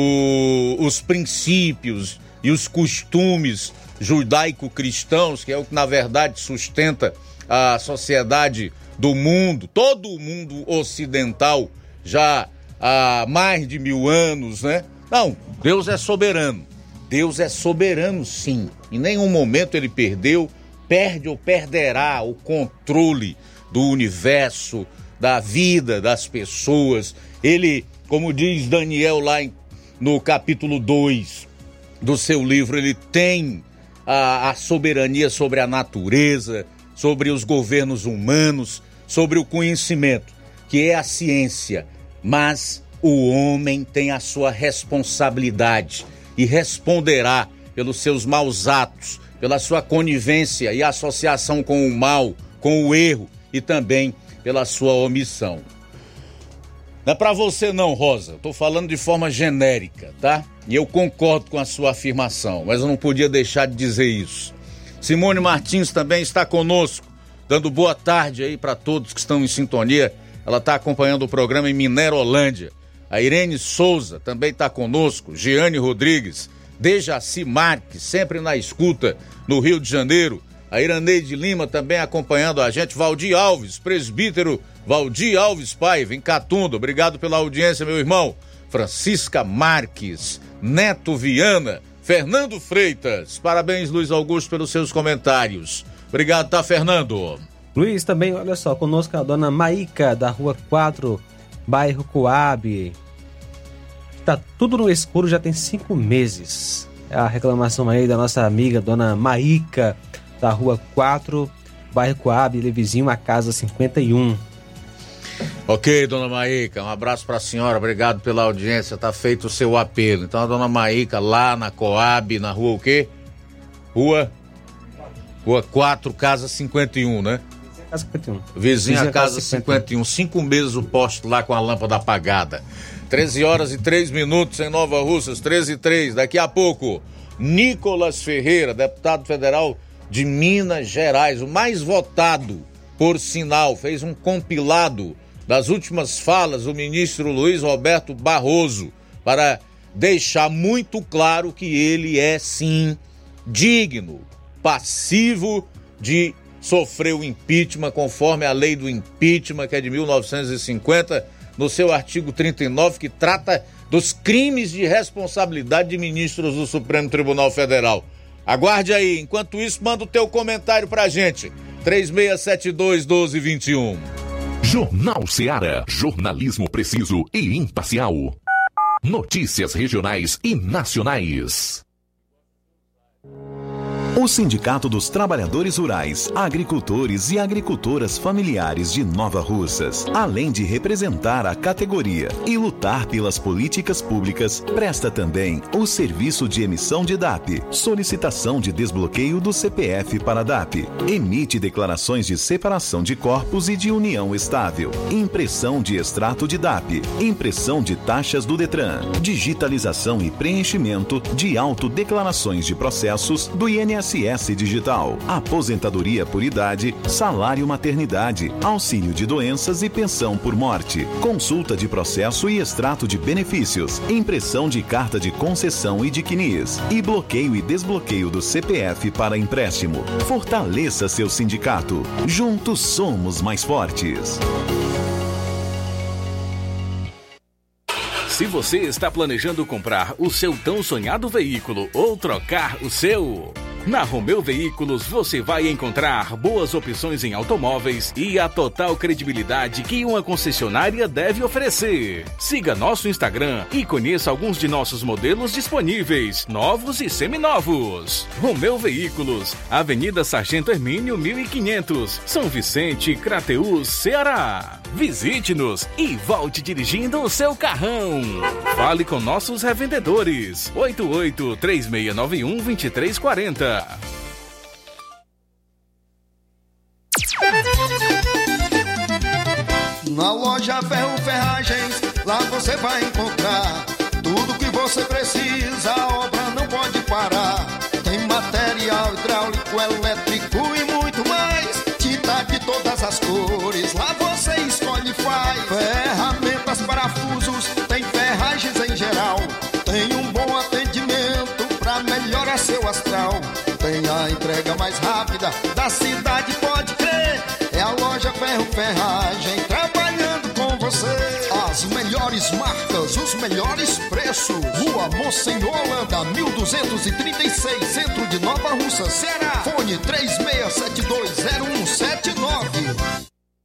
os princípios e os costumes judaico-cristãos, que é o que na verdade sustenta a sociedade do mundo, todo o mundo ocidental já há mais de 1000 anos, né? Não, Deus é soberano. Deus é soberano, sim. Em nenhum momento ele perde ou perderá o controle do universo, da vida das pessoas. Ele, como diz Daniel lá no capítulo 2 do seu livro, ele tem a soberania sobre a natureza, sobre os governos humanos, sobre o conhecimento, que é a ciência. Mas o homem tem a sua responsabilidade e responderá pelos seus maus atos, pela sua conivência e associação com o mal, com o erro e também pela sua omissão. Não é pra você não, Rosa, tô falando de forma genérica, tá? E eu concordo com a sua afirmação, mas eu não podia deixar de dizer isso. Simone Martins também está conosco, dando boa tarde aí para todos que estão em sintonia. Ela está acompanhando o programa em Minerolândia. A Irene Souza também está conosco, Giane Rodrigues, Dejaci Marques, sempre na escuta no Rio de Janeiro. A Iraneide Lima também acompanhando a gente, Valdir Alves, presbítero Valdir Alves Paiva, em Catunda. Obrigado pela audiência, meu irmão. Francisca Marques, Neto Viana, Fernando Freitas. Parabéns, Luiz Augusto, pelos seus comentários. Obrigado, tá, Fernando? Luiz, também, olha só, conosco a dona Maíca, da Rua 4, bairro Coab. Tá tudo no escuro, já tem 5 meses. É a reclamação aí da nossa amiga, dona Maíca, da Rua 4, bairro Coab, ele vizinho à casa 51. Ok, dona Maíca, um abraço para a senhora, obrigado pela audiência, tá feito o seu apelo. Então a dona Maíca lá na Coab, na rua o quê? Rua 4, casa 51, né? Casa 51. Vizinha casa 51. 5 meses o poste lá com a lâmpada apagada. 13h03 em Nova Russas, 13h03. Daqui a pouco, Nicolas Ferreira, deputado federal de Minas Gerais, o mais votado, por sinal, fez um compilado das últimas falas do ministro Luiz Roberto Barroso para deixar muito claro que ele é, sim, digno, passivo de sofrer o impeachment conforme a lei do impeachment, que é de 1950, no seu artigo 39, que trata dos crimes de responsabilidade de ministros do Supremo Tribunal Federal. Aguarde aí, enquanto isso, manda o teu comentário pra gente, 3672-1221. Jornal Ceará, jornalismo preciso e imparcial. Notícias regionais e nacionais. O Sindicato dos Trabalhadores Rurais, Agricultores e Agricultoras Familiares de Nova Russas, além de representar a categoria e lutar pelas políticas públicas, presta também o serviço de emissão de DAP, solicitação de desbloqueio do CPF para DAP, emite declarações de separação de corpos e de união estável, impressão de extrato de DAP, impressão de taxas do Detran, digitalização e preenchimento de autodeclarações de processos do INSS Digital, aposentadoria por idade, salário maternidade, auxílio de doenças e pensão por morte, consulta de processo e extrato de benefícios, impressão de carta de concessão e de CNIS, e bloqueio e desbloqueio do CPF para empréstimo. Fortaleça seu sindicato. Juntos somos mais fortes. Se você está planejando comprar o seu tão sonhado veículo ou trocar o seu, na Romeu Veículos você vai encontrar boas opções em automóveis e a total credibilidade que uma concessionária deve oferecer. Siga nosso Instagram e conheça alguns de nossos modelos disponíveis, novos e seminovos. Romeu Veículos, Avenida Sargento Hermínio 1500, São Vicente, Crateús, Ceará. Visite-nos e volte dirigindo o seu carrão. Fale com nossos revendedores. 88-3691-2340. Na loja Ferro Ferragens, lá você vai encontrar tudo que você precisa, a obra não pode parar. Tem material hidráulico, elétrico e muito mais, tinta de todas as cores, lá você escolhe e faz. Ferramentas, parafusos, tem ferragens em geral, tem um bom atendimento pra melhorar seu astral. Tem a entrega mais rápida da cidade, pode crer. É a loja Ferro Ferragem trabalhando com você. As melhores marcas, os melhores preços. Rua Monsenhor Holanda, 1236, centro de Nova Russa, Ceará. Fone 36720179.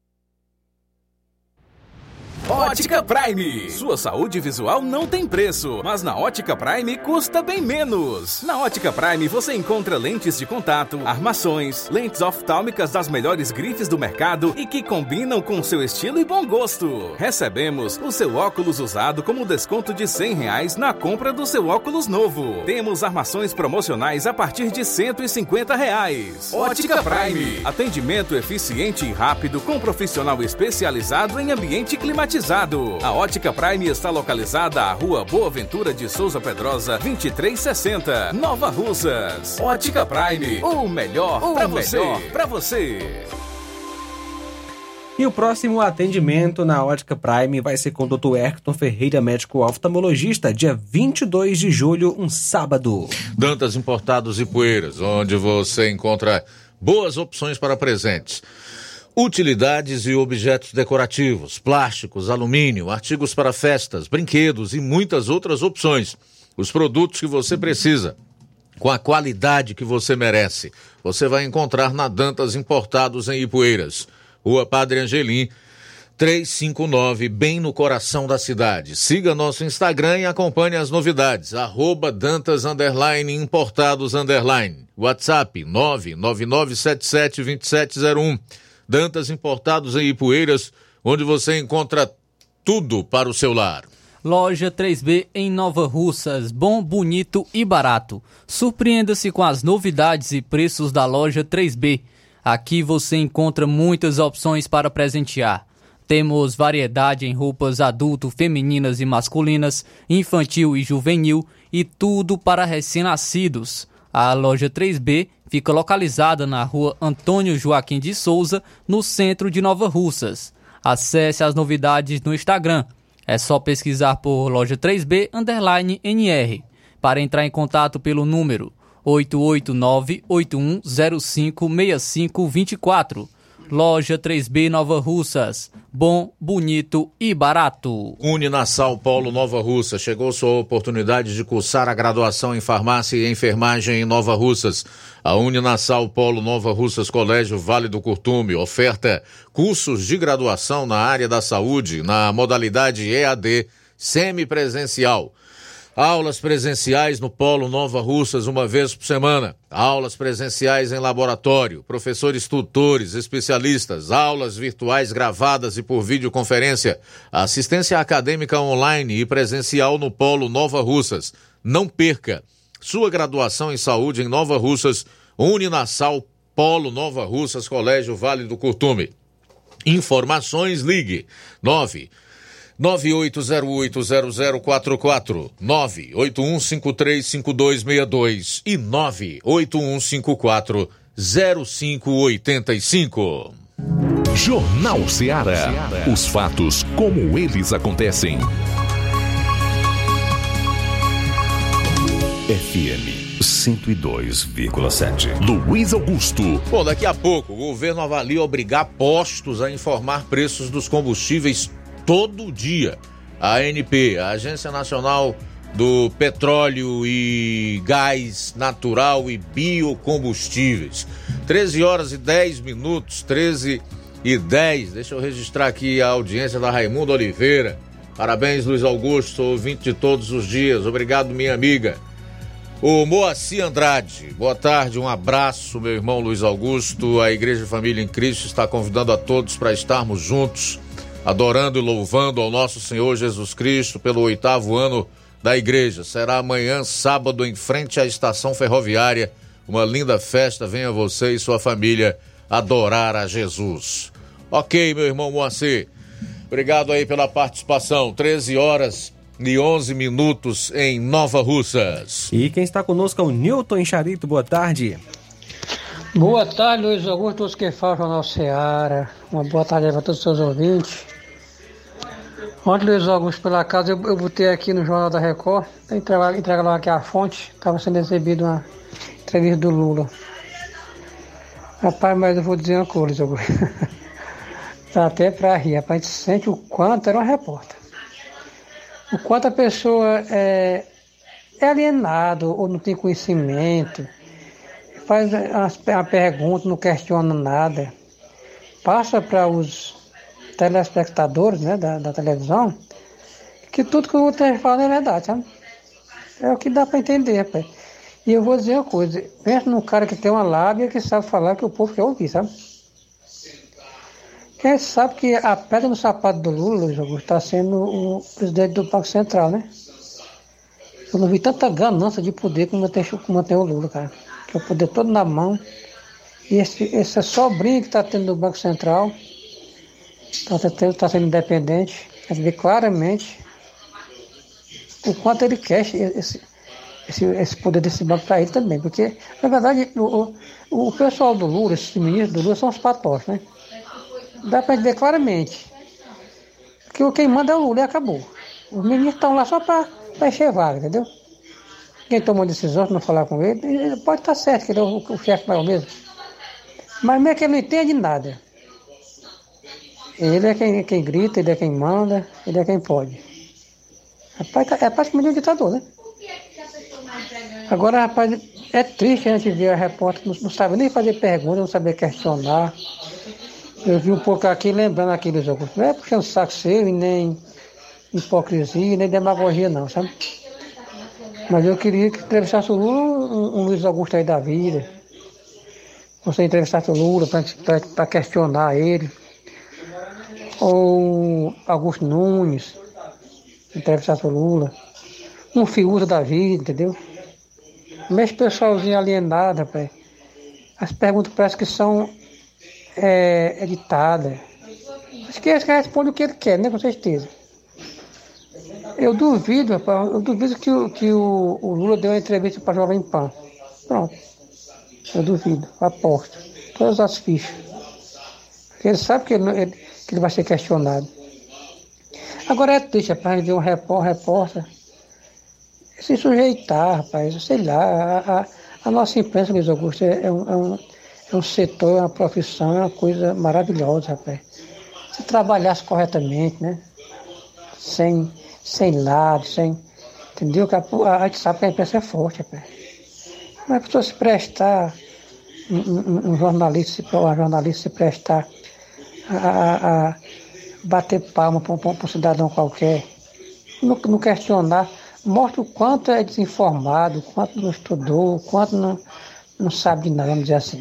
Ótica Prime. Sua saúde visual não tem preço, mas na Ótica Prime custa bem menos. Na Ótica Prime você encontra lentes de contato, armações, lentes oftálmicas das melhores grifes do mercado e que combinam com seu estilo e bom gosto. Recebemos o seu óculos usado como desconto de R$100 na compra do seu óculos novo. Temos armações promocionais a partir de R$150. Ótica Prime. Atendimento eficiente e rápido com profissional especializado em ambiente climatizado. A Ótica Prime está localizada à Rua Boa Ventura de Souza Pedrosa, 2360, Nova Russas. Ótica Prime, o melhor pra você. E o próximo atendimento na Ótica Prime vai ser com o Dr. Ayrton Ferreira, médico oftalmologista, dia 22 de julho, um sábado. Dantas Importados e Poeiras, onde você encontra boas opções para presentes. Utilidades e objetos decorativos, plásticos, alumínio, artigos para festas, brinquedos e muitas outras opções. Os produtos que você precisa, com a qualidade que você merece, você vai encontrar na Dantas Importados em Ipueiras. Rua Padre Angelim, 359, bem no coração da cidade. Siga nosso Instagram e acompanhe as novidades. @Dantas_Importados_. WhatsApp 999772701. Dantas Importados em Ipueiras, onde você encontra tudo para o seu lar. Loja 3B em Nova Russas, bom, bonito e barato. Surpreenda-se com as novidades e preços da Loja 3B. Aqui você encontra muitas opções para presentear. Temos variedade em roupas adulto, femininas e masculinas, infantil e juvenil e tudo para recém-nascidos. A Loja 3B fica localizada na Rua Antônio Joaquim de Souza, no centro de Nova Russas. Acesse as novidades no Instagram. É só pesquisar por Loja 3B_NR. Para entrar em contato pelo número 889-8105-6524. Loja 3B Nova Russas. Bom, bonito e barato. Uninasal Polo Nova Russa. Chegou sua oportunidade de cursar a graduação em farmácia e enfermagem em Nova Russas. A Uninasal Polo Nova Russas Colégio Vale do Curtume oferta cursos de graduação na área da saúde, na modalidade EAD semipresencial. Aulas presenciais no Polo Nova Russas uma vez por semana. Aulas presenciais em laboratório, professores tutores, especialistas, aulas virtuais gravadas e por videoconferência, assistência acadêmica online e presencial no Polo Nova Russas. Não perca sua graduação em saúde em Nova Russas, Uninasal, Polo Nova Russas, Colégio Vale do Curtume. Informações, ligue 998080044, 981535262 e 981540585. Jornal Ceará. Os fatos como eles acontecem. FM 102,7. Luiz Augusto. Bom, daqui a pouco o governo avalia obrigar postos a informar preços dos combustíveis todo dia. A ANP, a Agência Nacional do Petróleo e Gás Natural e Biocombustíveis. 13h10, 13h10. Deixa eu registrar aqui a audiência da Raimundo Oliveira. Parabéns, Luiz Augusto, sou ouvinte de todos os dias. Obrigado, minha amiga. O Moacir Andrade, boa tarde, um abraço, meu irmão Luiz Augusto. A Igreja Família em Cristo está convidando a todos para estarmos juntos, adorando e louvando ao nosso Senhor Jesus Cristo pelo 8º ano da igreja. Será amanhã, sábado, em frente à estação ferroviária. Uma linda festa. Venha você e sua família adorar a Jesus. Ok, meu irmão Moacir. Obrigado aí pela participação. 13h11 em Nova Russas. E quem está conosco é o Newton Charito. Boa tarde. Boa tarde, Luiz Augusto, todos que falam Jornal Ceará. Uma boa tarde para todos os seus ouvintes. Ontem, Luiz Augusto, pela casa, eu botei aqui no Jornal da Record, entregaram aqui a fonte, estava sendo exibida uma entrevista do Lula. Rapaz, mas eu vou dizer uma coisa, Luiz Augusto. Tá até para rir, rapaz, a gente sente o quanto era uma repórter. O quanto a pessoa é alienado ou não tem conhecimento, faz a pergunta, não questiona nada, passa para os telespectadores, né, da televisão, que tudo que o outro fala é verdade, sabe? É o que dá para entender, rapaz. E eu vou dizer uma coisa, pensa num cara que tem uma lábia que sabe falar que o povo quer ouvir, sabe? Quem sabe que a pedra no sapato do Lula, Luiz Augusto, está sendo o presidente do Banco Central, né? Eu não vi tanta ganância de poder como tem o Lula, cara. Que é o poder todo na mão. E essa sobrinha que está tendo do Banco Central, está sendo independente, a gente vê claramente o quanto ele quer esse poder desse banco para ele também. Porque, na verdade, o pessoal do Lula, esses ministros do Lula, são os patócios, né? Dá para ver claramente que quem manda é o Lula e acabou. Os ministros estão lá só para encher vaga, entendeu? Quem tomou decisão de não falar com ele pode estar certo, que ele é o chefe maior mesmo. Mas mesmo que ele não entende nada. Ele é quem grita, ele é quem manda, ele é quem pode. Rapaz, é praticamente um ditador, né? Agora, rapaz, é triste a gente ver a repórter que não sabe nem fazer pergunta, não sabe questionar. Eu vi um pouco aqui, lembrando aqueles jogos. Não é puxando saco seu, e nem hipocrisia, nem demagogia não, sabe? Mas eu queria que entrevistasse o Lula, um Luiz Augusto aí da vida. Você entrevistasse o Lula para questionar ele. Ou Augusto Nunes, entrevistasse o Lula. Um Fiuza da vida, entendeu? Mas pessoalzinho alienado, rapaz. As perguntas parecem que são editadas. Acho que ele responde o que ele quer, né? Com certeza. Eu duvido, rapaz, que o Lula deu uma entrevista para Jovem Pan. Pronto. Eu duvido, aposto. Todas as fichas. Porque ele sabe que ele vai ser questionado. Agora é triste, rapaz, a gente ver um repórter se sujeitar, rapaz, sei lá. A nossa imprensa, Luiz Augusto, é um setor, é uma profissão, é uma coisa maravilhosa, rapaz. Se trabalhasse corretamente, né? Sem lado, entendeu? A gente sabe que a imprensa é forte, rapaz. Mas a pessoa se prestar, um jornalista se prestar a bater palma para um cidadão qualquer, não questionar, mostra o quanto é desinformado, o quanto não estudou, o quanto não sabe de nada, vamos dizer assim.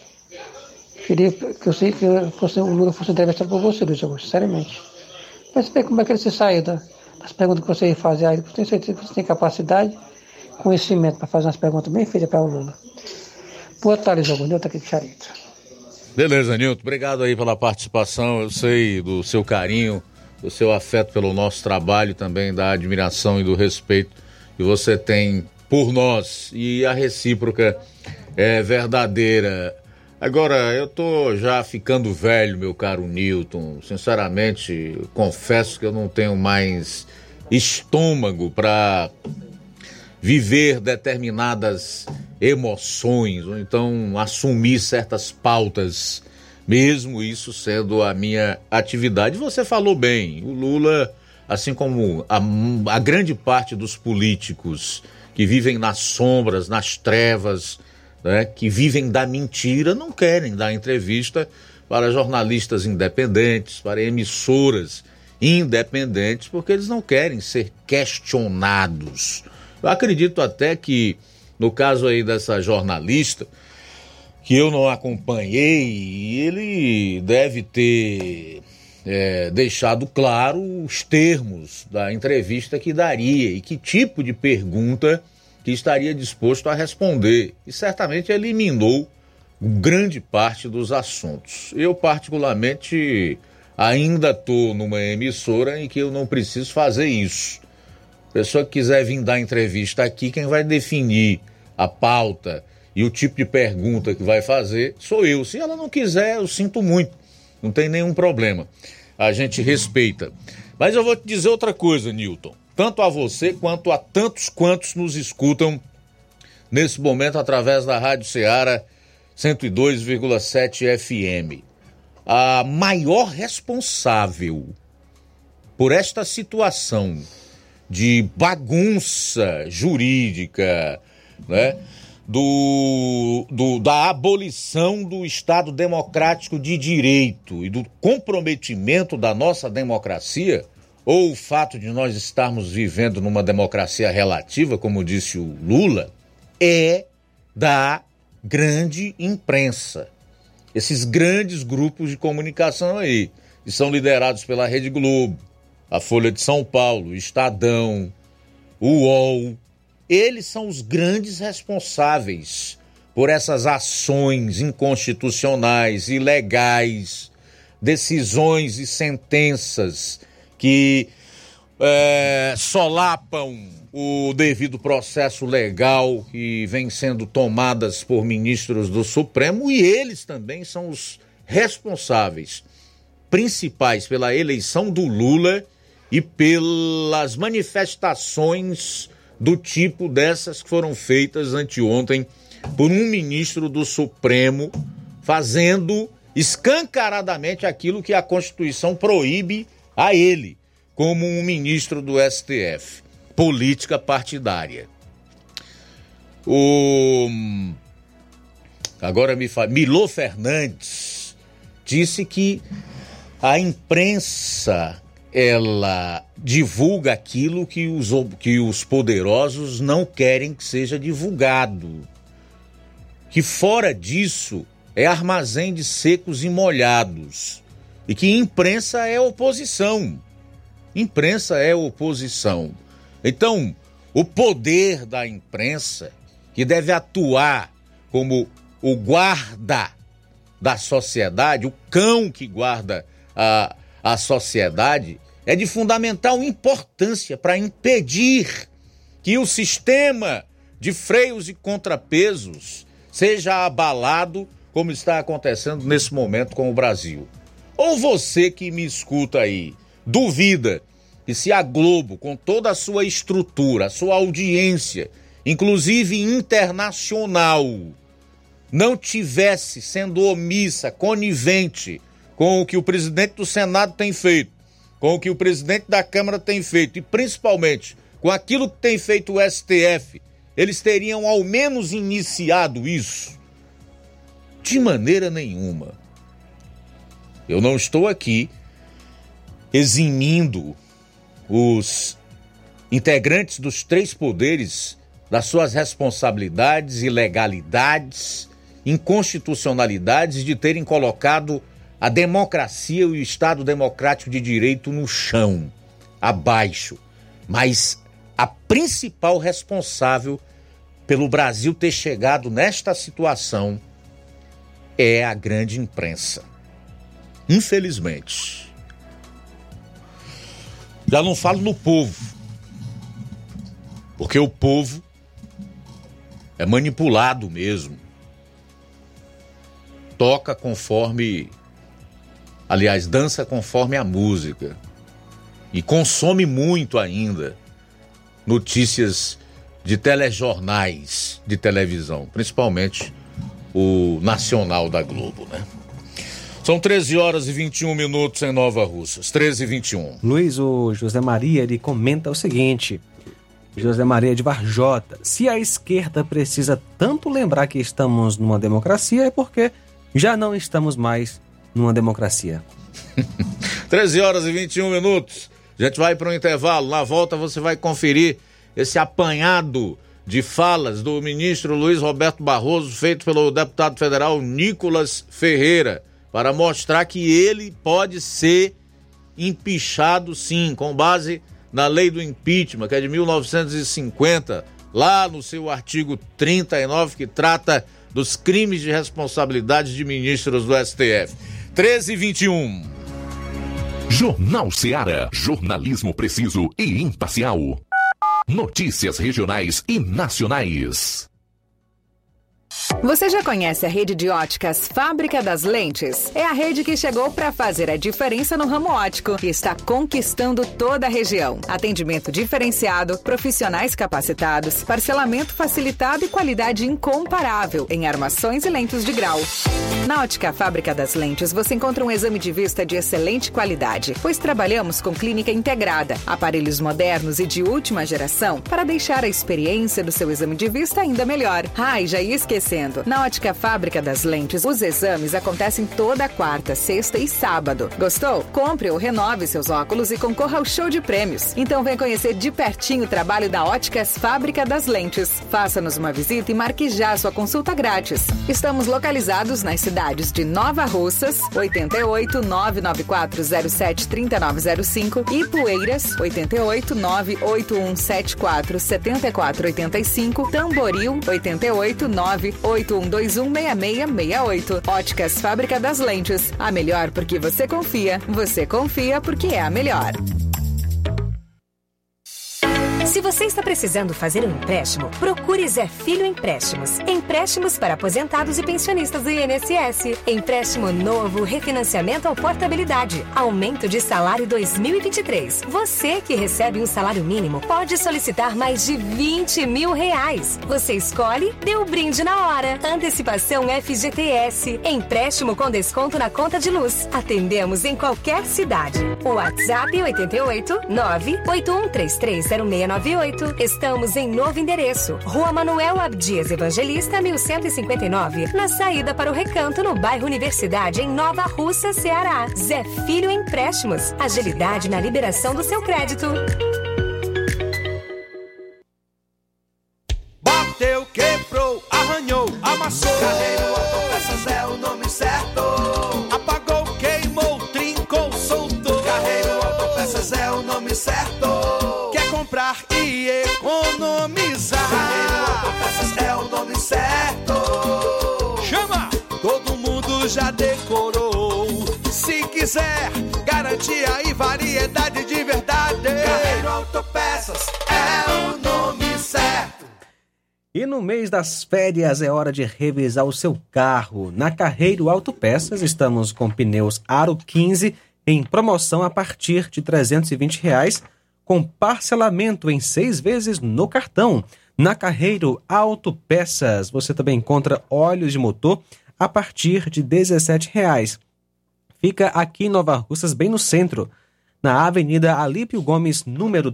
Queria que o Lula fosse entrevistado por você, Luiz Augusto, seriamente. Mas ver como é que ele se saiu das perguntas que você ia fazer aí. Eu tenho certeza que você tem capacidade, conhecimento para fazer umas perguntas bem feitas para o Lula. Boa tarde, Luiz Augusto. Nilton aqui de Charito. Beleza, Nilton. Obrigado aí pela participação. Eu sei do seu carinho, do seu afeto pelo nosso trabalho, também da admiração e do respeito que você tem por nós. E a recíproca é verdadeira. Agora, eu tô já ficando velho, meu caro Nilton. Sinceramente, confesso que eu não tenho mais estômago para viver determinadas emoções, ou então assumir certas pautas, mesmo isso sendo a minha atividade. Você falou bem, o Lula, assim como a grande parte dos políticos que vivem nas sombras, nas trevas, né, que vivem da mentira, não querem dar entrevista para jornalistas independentes, para emissoras independentes, porque eles não querem ser questionados. Eu acredito até que, no caso aí dessa jornalista, que eu não acompanhei, ele deve ter deixado claro os termos da entrevista que daria e que tipo de pergunta que estaria disposto a responder, e certamente eliminou grande parte dos assuntos. Eu, particularmente, ainda estou numa emissora em que eu não preciso fazer isso. A pessoa que quiser vir dar entrevista aqui, quem vai definir a pauta e o tipo de pergunta que vai fazer sou eu. Se ela não quiser, eu sinto muito, não tem nenhum problema. A gente respeita. Mas eu vou te dizer outra coisa, Nilton. Tanto a você quanto a tantos quantos nos escutam nesse momento através da Rádio Ceará 102,7 FM. A maior responsável por esta situação de bagunça jurídica, né, da abolição do Estado Democrático de Direito e do comprometimento da nossa democracia, ou o fato de nós estarmos vivendo numa democracia relativa, como disse o Lula, é da grande imprensa. Esses grandes grupos de comunicação aí, que são liderados pela Rede Globo, a Folha de São Paulo, o Estadão, o UOL, eles são os grandes responsáveis por essas ações inconstitucionais, ilegais, decisões e sentenças que solapam o devido processo legal que vem sendo tomadas por ministros do Supremo, e eles também são os responsáveis principais pela eleição do Lula e pelas manifestações do tipo dessas que foram feitas anteontem por um ministro do Supremo, fazendo escancaradamente aquilo que a Constituição proíbe a ele, como um ministro do STF, política partidária. Agora Milô Fernandes disse que a imprensa, ela divulga aquilo que os poderosos não querem que seja divulgado, que fora disso é armazém de secos e molhados, e que imprensa é oposição. Imprensa é oposição. Então, o poder da imprensa, que deve atuar como o guarda da sociedade, o cão que guarda a sociedade, é de fundamental importância para impedir que o sistema de freios e contrapesos seja abalado, como está acontecendo nesse momento com o Brasil. Ou você que me escuta aí, duvida que se a Globo, com toda a sua estrutura, a sua audiência, inclusive internacional, não tivesse sendo omissa, conivente com o que o presidente do Senado tem feito, com o que o presidente da Câmara tem feito e principalmente com aquilo que tem feito o STF, eles teriam ao menos iniciado isso? De maneira nenhuma. Eu não estou aqui eximindo os integrantes dos 3 poderes das suas responsabilidades, ilegalidades, inconstitucionalidades de terem colocado a democracia e o Estado democrático de direito no chão, abaixo. Mas a principal responsável pelo Brasil ter chegado nesta situação é a grande imprensa. Infelizmente. Já não falo no povo, porque o povo é manipulado mesmo. Toca conforme, aliás, dança conforme a música. E consome muito ainda notícias de telejornais de televisão, principalmente o Nacional da Globo, né? São 13 horas e 21 minutos em Nova Russas, 13h21. Luiz, o José Maria, ele comenta o seguinte, José Maria de Varjota: se a esquerda precisa tanto lembrar que estamos numa democracia, é porque já não estamos mais numa democracia. 13 horas e 21 minutos. A gente vai para um intervalo. Na volta você vai conferir esse apanhado de falas do ministro Luiz Roberto Barroso, feito pelo deputado federal Nicolas Ferreira, para mostrar que ele pode ser empichado, sim, com base na lei do impeachment, que é de 1950, lá no seu artigo 39, que trata dos crimes de responsabilidade de ministros do STF. 13h21. Jornal Ceará. Jornalismo preciso e imparcial. Notícias regionais e nacionais. Você já conhece a rede de óticas Fábrica das Lentes? É a rede que chegou para fazer a diferença no ramo óptico e está conquistando toda a região. Atendimento diferenciado, profissionais capacitados, parcelamento facilitado e qualidade incomparável em armações e lentes de grau. Na Ótica Fábrica das Lentes você encontra um exame de vista de excelente qualidade, pois trabalhamos com clínica integrada, aparelhos modernos e de última geração para deixar a experiência do seu exame de vista ainda melhor. E já ia esquecendo. Na Ótica Fábrica das Lentes, os exames acontecem toda quarta, sexta e sábado. Gostou? Compre ou renove seus óculos e concorra ao show de prêmios. Então vem conhecer de pertinho o trabalho da Óticas Fábrica das Lentes. Faça-nos uma visita e marque já sua consulta grátis. Estamos localizados nas cidades de Nova Russas, 88 99407 3905 e Poeiras, 88 98174 7485, Tamboril, 88 981216668. Óticas Fábrica das Lentes. A melhor porque você confia porque é a melhor. Se você está precisando fazer um empréstimo, procure Zé Filho Empréstimos. Empréstimos para aposentados e pensionistas do INSS. Empréstimo novo, refinanciamento ou portabilidade. Aumento de salário 2023. Você que recebe um salário mínimo pode solicitar mais de R$20 mil. Você escolhe, dê o brinde na hora. Antecipação FGTS. Empréstimo com desconto na conta de luz. Atendemos em qualquer cidade. O WhatsApp 88 981330698. Estamos em novo endereço, Rua Manuel Abdias Evangelista, 1159, na saída para o Recanto, no bairro Universidade, em Nova Russa, Ceará. Zé Filho Empréstimos. Agilidade na liberação do seu crédito. Bateu, quebrou, arranhou, amassou. Carreiro Autopeças é o nome certo. Apagou, queimou, trincou, soltou. Carreiro Autopeças é o nome certo. Comprar e economizar. Carreiro Autopeças é o nome certo. Chama! Todo mundo já decorou. Se quiser, garantia e variedade de verdade. Carreiro Autopeças é o nome certo. E no mês das férias é hora de revisar o seu carro. Na Carreiro Autopeças estamos com pneus Aro 15 em promoção a partir de R$320, com parcelamento em 6 vezes no cartão. Na Carreiro Autopeças, você também encontra óleos de motor a partir de R$17. Fica aqui em Nova Russas, bem no centro, na Avenida Alípio Gomes, número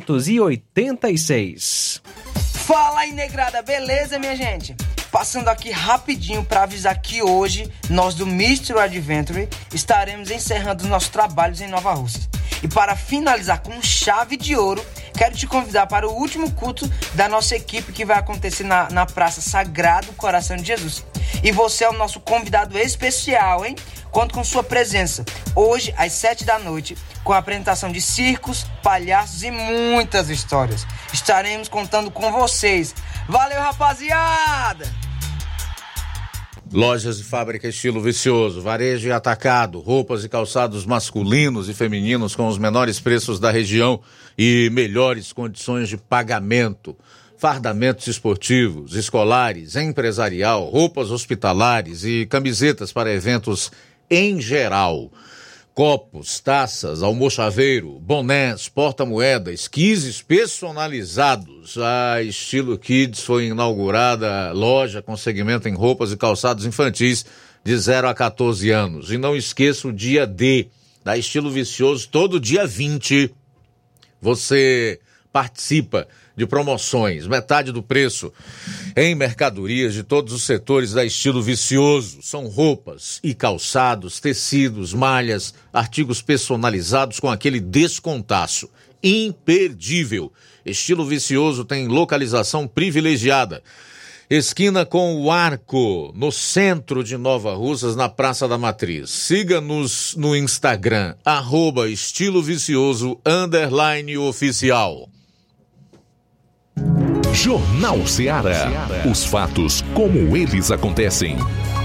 386. Fala aí, negrada, beleza, minha gente? Passando aqui rapidinho para avisar que hoje, nós do Mystery Adventure estaremos encerrando os nossos trabalhos em Nova Russas. E para finalizar com chave de ouro, quero te convidar para o último culto da nossa equipe que vai acontecer na Praça Sagrado Coração de Jesus. E você é o nosso convidado especial, hein? Conto com sua presença hoje às 7 da noite, com a apresentação de circos, palhaços e muitas histórias. Estaremos contando com vocês. Valeu, rapaziada! Lojas e fábrica estilo vicioso, varejo e atacado, roupas e calçados masculinos e femininos com os menores preços da região e melhores condições de pagamento. Fardamentos esportivos, escolares, empresarial, roupas hospitalares e camisetas para eventos em geral. Copos, taças, almochaveiro, bonés, porta-moedas, quizzes personalizados. A Estilo Kids foi inaugurada a loja com segmento em roupas e calçados infantis de 0 a 14 anos. E não esqueça o dia D da Estilo Vicioso, todo dia 20. Você participa de promoções, metade do preço em mercadorias de todos os setores da Estilo Vicioso. São roupas e calçados, tecidos, malhas, artigos personalizados com aquele descontaço imperdível. Estilo Vicioso tem localização privilegiada. Esquina com o Arco, no centro de Nova Russas, na Praça da Matriz. Siga-nos no Instagram, @estilodvicioso_oficial. Jornal Ceará. Os fatos como eles acontecem.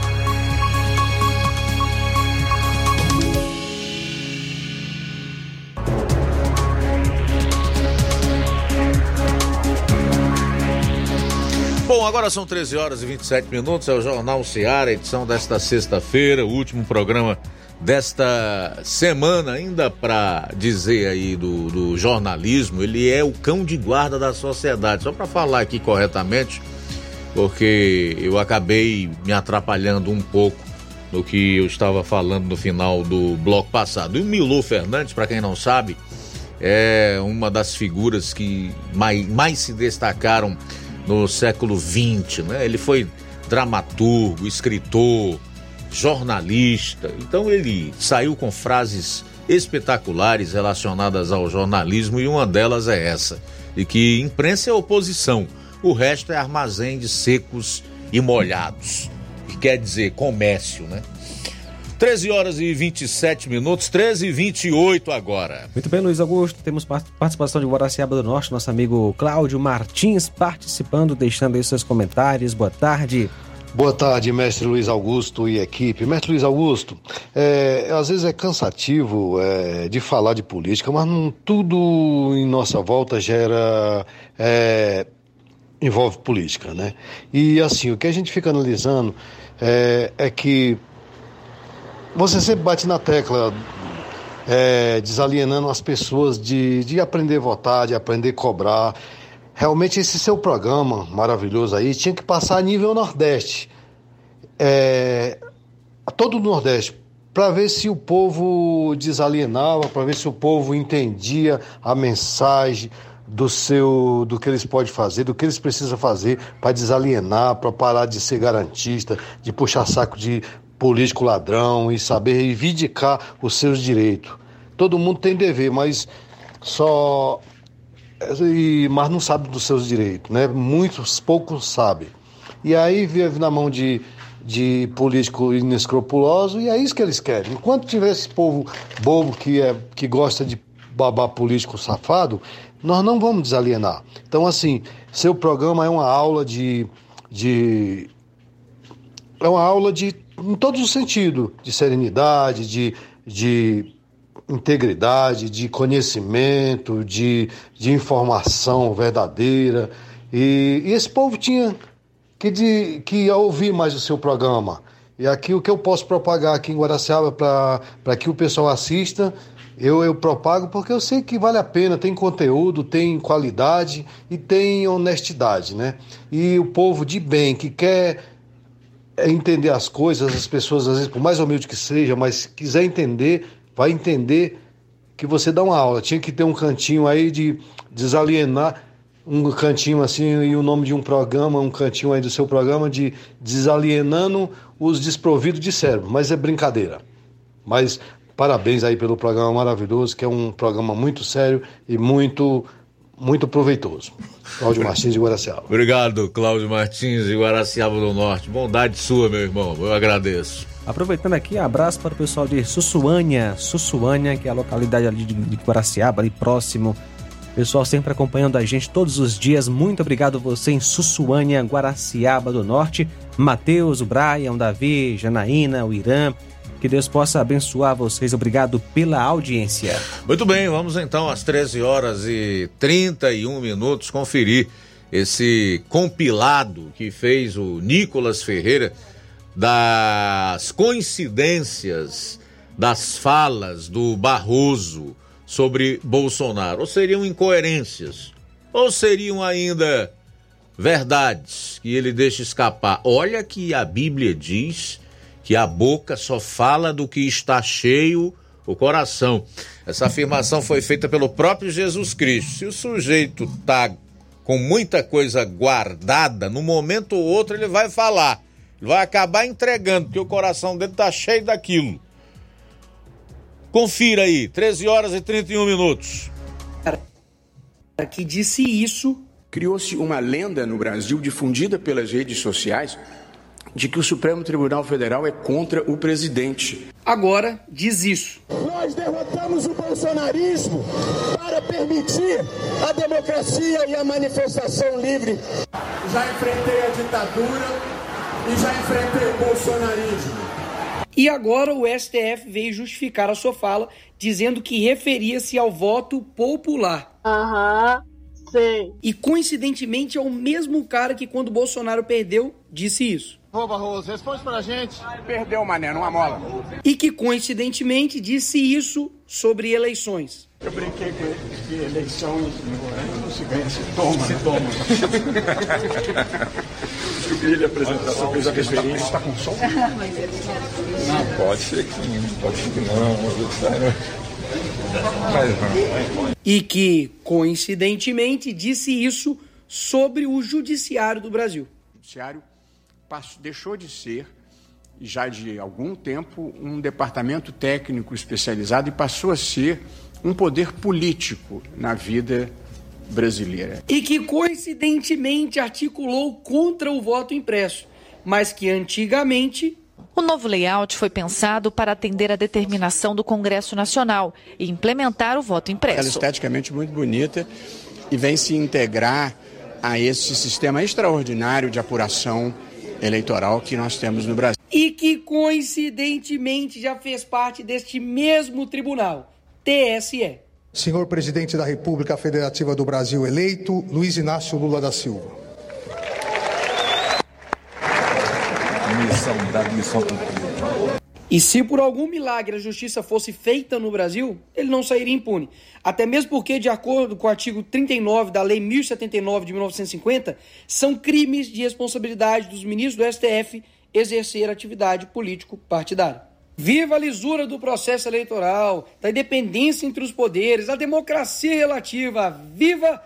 Bom, agora são 13 horas e 27 minutos, é o Jornal Ceará, edição desta sexta-feira, o último programa desta semana, ainda para dizer aí do jornalismo, ele é o cão de guarda da sociedade, só para falar aqui corretamente, porque eu acabei me atrapalhando um pouco no que eu estava falando no final do bloco passado. E o Milor Fernandes, para quem não sabe, é uma das figuras que mais se destacaram no século XX, né? Ele foi dramaturgo, escritor, jornalista, então ele saiu com frases espetaculares relacionadas ao jornalismo e uma delas é essa, de que imprensa é oposição, o resto é armazém de secos e molhados, que quer dizer comércio, né? 13 horas e 27 minutos, 13 e 28 agora. Muito bem, Luiz Augusto, temos participação de Guaraciaba do Norte, nosso amigo Cláudio Martins participando, deixando aí seus comentários. Boa tarde. Boa tarde, mestre Luiz Augusto e equipe. Mestre Luiz Augusto, às vezes é cansativo de falar de política, mas tudo em nossa volta envolve política, né? E assim, o que a gente fica analisando é que você sempre bate na tecla desalienando as pessoas de aprender a votar, de aprender a cobrar. Realmente esse seu programa maravilhoso aí tinha que passar a nível Nordeste, todo o Nordeste, para ver se o povo desalienava, para ver se o povo entendia a mensagem do que eles podem fazer, do que eles precisam fazer para desalienar, para parar de ser garantista, de puxar saco de político ladrão e saber reivindicar os seus direitos. Todo mundo tem dever, mas não sabe dos seus direitos, né? Poucos sabem. E aí vive na mão de político inescrupuloso, e é isso que eles querem. Enquanto tiver esse povo bobo que gosta de babar político safado, nós não vamos desalienar. Então, assim, seu programa é uma aula em todos os sentidos, de serenidade, de integridade, de conhecimento, de informação verdadeira. E esse povo tinha que ouvir mais o seu programa. E aqui o que eu posso propagar aqui em Guaraciaba para que o pessoal assista, eu propago porque eu sei que vale a pena, tem conteúdo, tem qualidade e tem honestidade, né? E o povo de bem que quer entender as coisas, as pessoas às vezes, por mais humilde que seja, mas quiser entender, vai entender que você dá uma aula. Tinha que ter um cantinho aí de desalienar, um cantinho assim, e o nome de um programa, um cantinho aí do seu programa de desalienando os desprovidos de cérebro, mas é brincadeira. Mas parabéns aí pelo programa maravilhoso, que é um programa muito sério e muito muito proveitoso. Cláudio Martins de Guaraciaba. Obrigado, Cláudio Martins de Guaraciaba do Norte. Bondade sua, meu irmão, eu agradeço. Aproveitando aqui, abraço para o pessoal de Sussuânia, que é a localidade ali de Guaraciaba, ali próximo. Pessoal sempre acompanhando a gente todos os dias. Muito obrigado você em Sussuânia, Guaraciaba do Norte. Matheus, o Brian, o Davi, Janaína, o Irã. Que Deus possa abençoar vocês. Obrigado pela audiência. Muito bem, vamos então às 13h31 conferir esse compilado que fez o Nicolas Ferreira das coincidências das falas do Barroso sobre Bolsonaro. Ou seriam incoerências, ou seriam ainda verdades que ele deixa escapar. Olha que a Bíblia diz que a boca só fala do que está cheio o coração. Essa afirmação foi feita pelo próprio Jesus Cristo. Se o sujeito está com muita coisa guardada, no momento ou outro ele vai falar. Ele vai acabar entregando, porque o coração dele está cheio daquilo. Confira aí, 13h31. Que disse isso. Criou-se uma lenda no Brasil, difundida pelas redes sociais, de que o Supremo Tribunal Federal é contra o presidente. Agora diz isso. Nós derrotamos o bolsonarismo para permitir a democracia e a manifestação livre. Já enfrentei a ditadura e já enfrentei o bolsonarismo. E agora o STF veio justificar a sua fala, dizendo que referia-se ao voto popular. Sim. E coincidentemente é o mesmo cara que quando Bolsonaro perdeu, disse isso. Ô Barroso, responde pra gente. Perdeu, mané, numa mola. E que coincidentemente disse isso sobre eleições. Eu brinquei que eleições não se ganha, se toma. Eu queria lhe apresentar sua coisa referência. Está com som? Não, pode ser que não. E que, coincidentemente, disse isso sobre o Judiciário do Brasil. O Judiciário deixou de ser, já de algum tempo, um departamento técnico especializado e passou a ser um poder político na vida brasileira. E que, coincidentemente, articulou contra o voto impresso, mas que antigamente... O novo layout foi pensado para atender a determinação do Congresso Nacional e implementar o voto impresso. Ela é esteticamente muito bonita e vem se integrar a esse sistema extraordinário de apuração eleitoral que nós temos no Brasil. E que, coincidentemente, já fez parte deste mesmo tribunal, TSE. Senhor Presidente da República Federativa do Brasil eleito, Luiz Inácio Lula da Silva. Missão cumprida. E se por algum milagre a justiça fosse feita no Brasil, ele não sairia impune. Até mesmo porque, de acordo com o artigo 39 da Lei 1079 de 1950, são crimes de responsabilidade dos ministros do STF exercer atividade político-partidária. Viva a lisura do processo eleitoral, da independência entre os poderes, a democracia relativa, viva...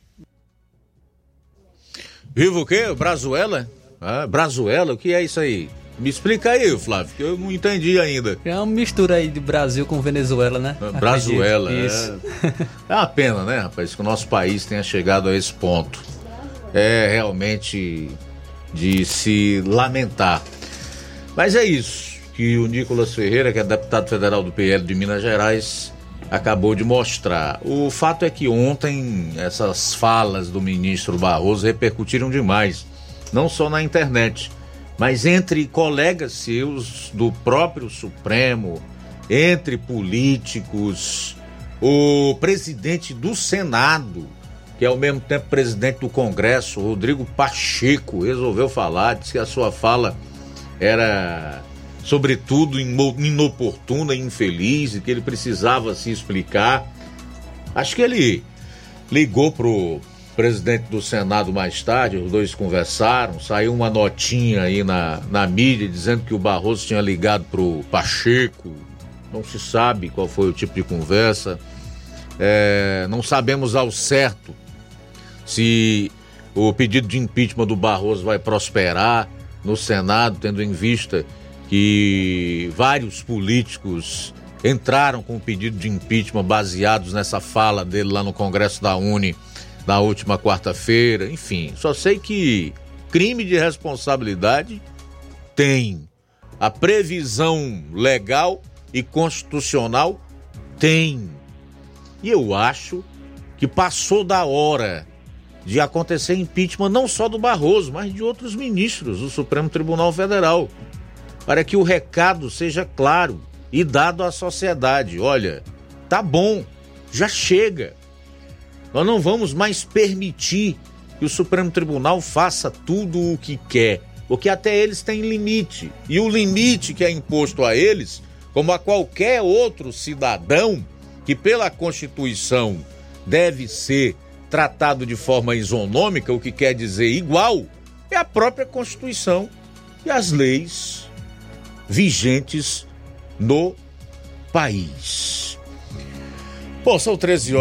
Viva o quê? Brazuela? Brazuela? O que é isso aí? Me explica aí, Flávio, que eu não entendi ainda. É uma mistura aí de Brasil com Venezuela, né? Brazuela, é uma pena, né, rapaz, que o nosso país tenha chegado a esse ponto. É realmente de se lamentar. Mas é isso que o Nicolas Ferreira, que é deputado federal do PL de Minas Gerais, acabou de mostrar. O fato é que ontem essas falas do ministro Barroso repercutiram demais, não só na internet, mas entre colegas seus do próprio Supremo, entre políticos, o presidente do Senado, que é ao mesmo tempo presidente do Congresso, Rodrigo Pacheco, resolveu falar, disse que a sua fala era, sobretudo, inoportuna e infeliz, e que ele precisava se explicar. Acho que ele ligou pro presidente do Senado mais tarde, os dois conversaram, saiu uma notinha aí na mídia dizendo que o Barroso tinha ligado pro Pacheco, não se sabe qual foi o tipo de conversa, não sabemos ao certo se o pedido de impeachment do Barroso vai prosperar no Senado, tendo em vista que vários políticos entraram com o pedido de impeachment baseados nessa fala dele lá no Congresso da UNE na última quarta-feira, enfim. Só sei que crime de responsabilidade tem. A previsão legal e constitucional tem. E eu acho que passou da hora de acontecer impeachment não só do Barroso, mas de outros ministros do Supremo Tribunal Federal, para que o recado seja claro e dado à sociedade. Olha, tá bom, já chega. Nós não vamos mais permitir que o Supremo Tribunal faça tudo o que quer, porque até eles têm limite. E o limite que é imposto a eles, como a qualquer outro cidadão, que pela Constituição deve ser tratado de forma isonômica, o que quer dizer igual, é a própria Constituição e as leis vigentes no país. Bom, são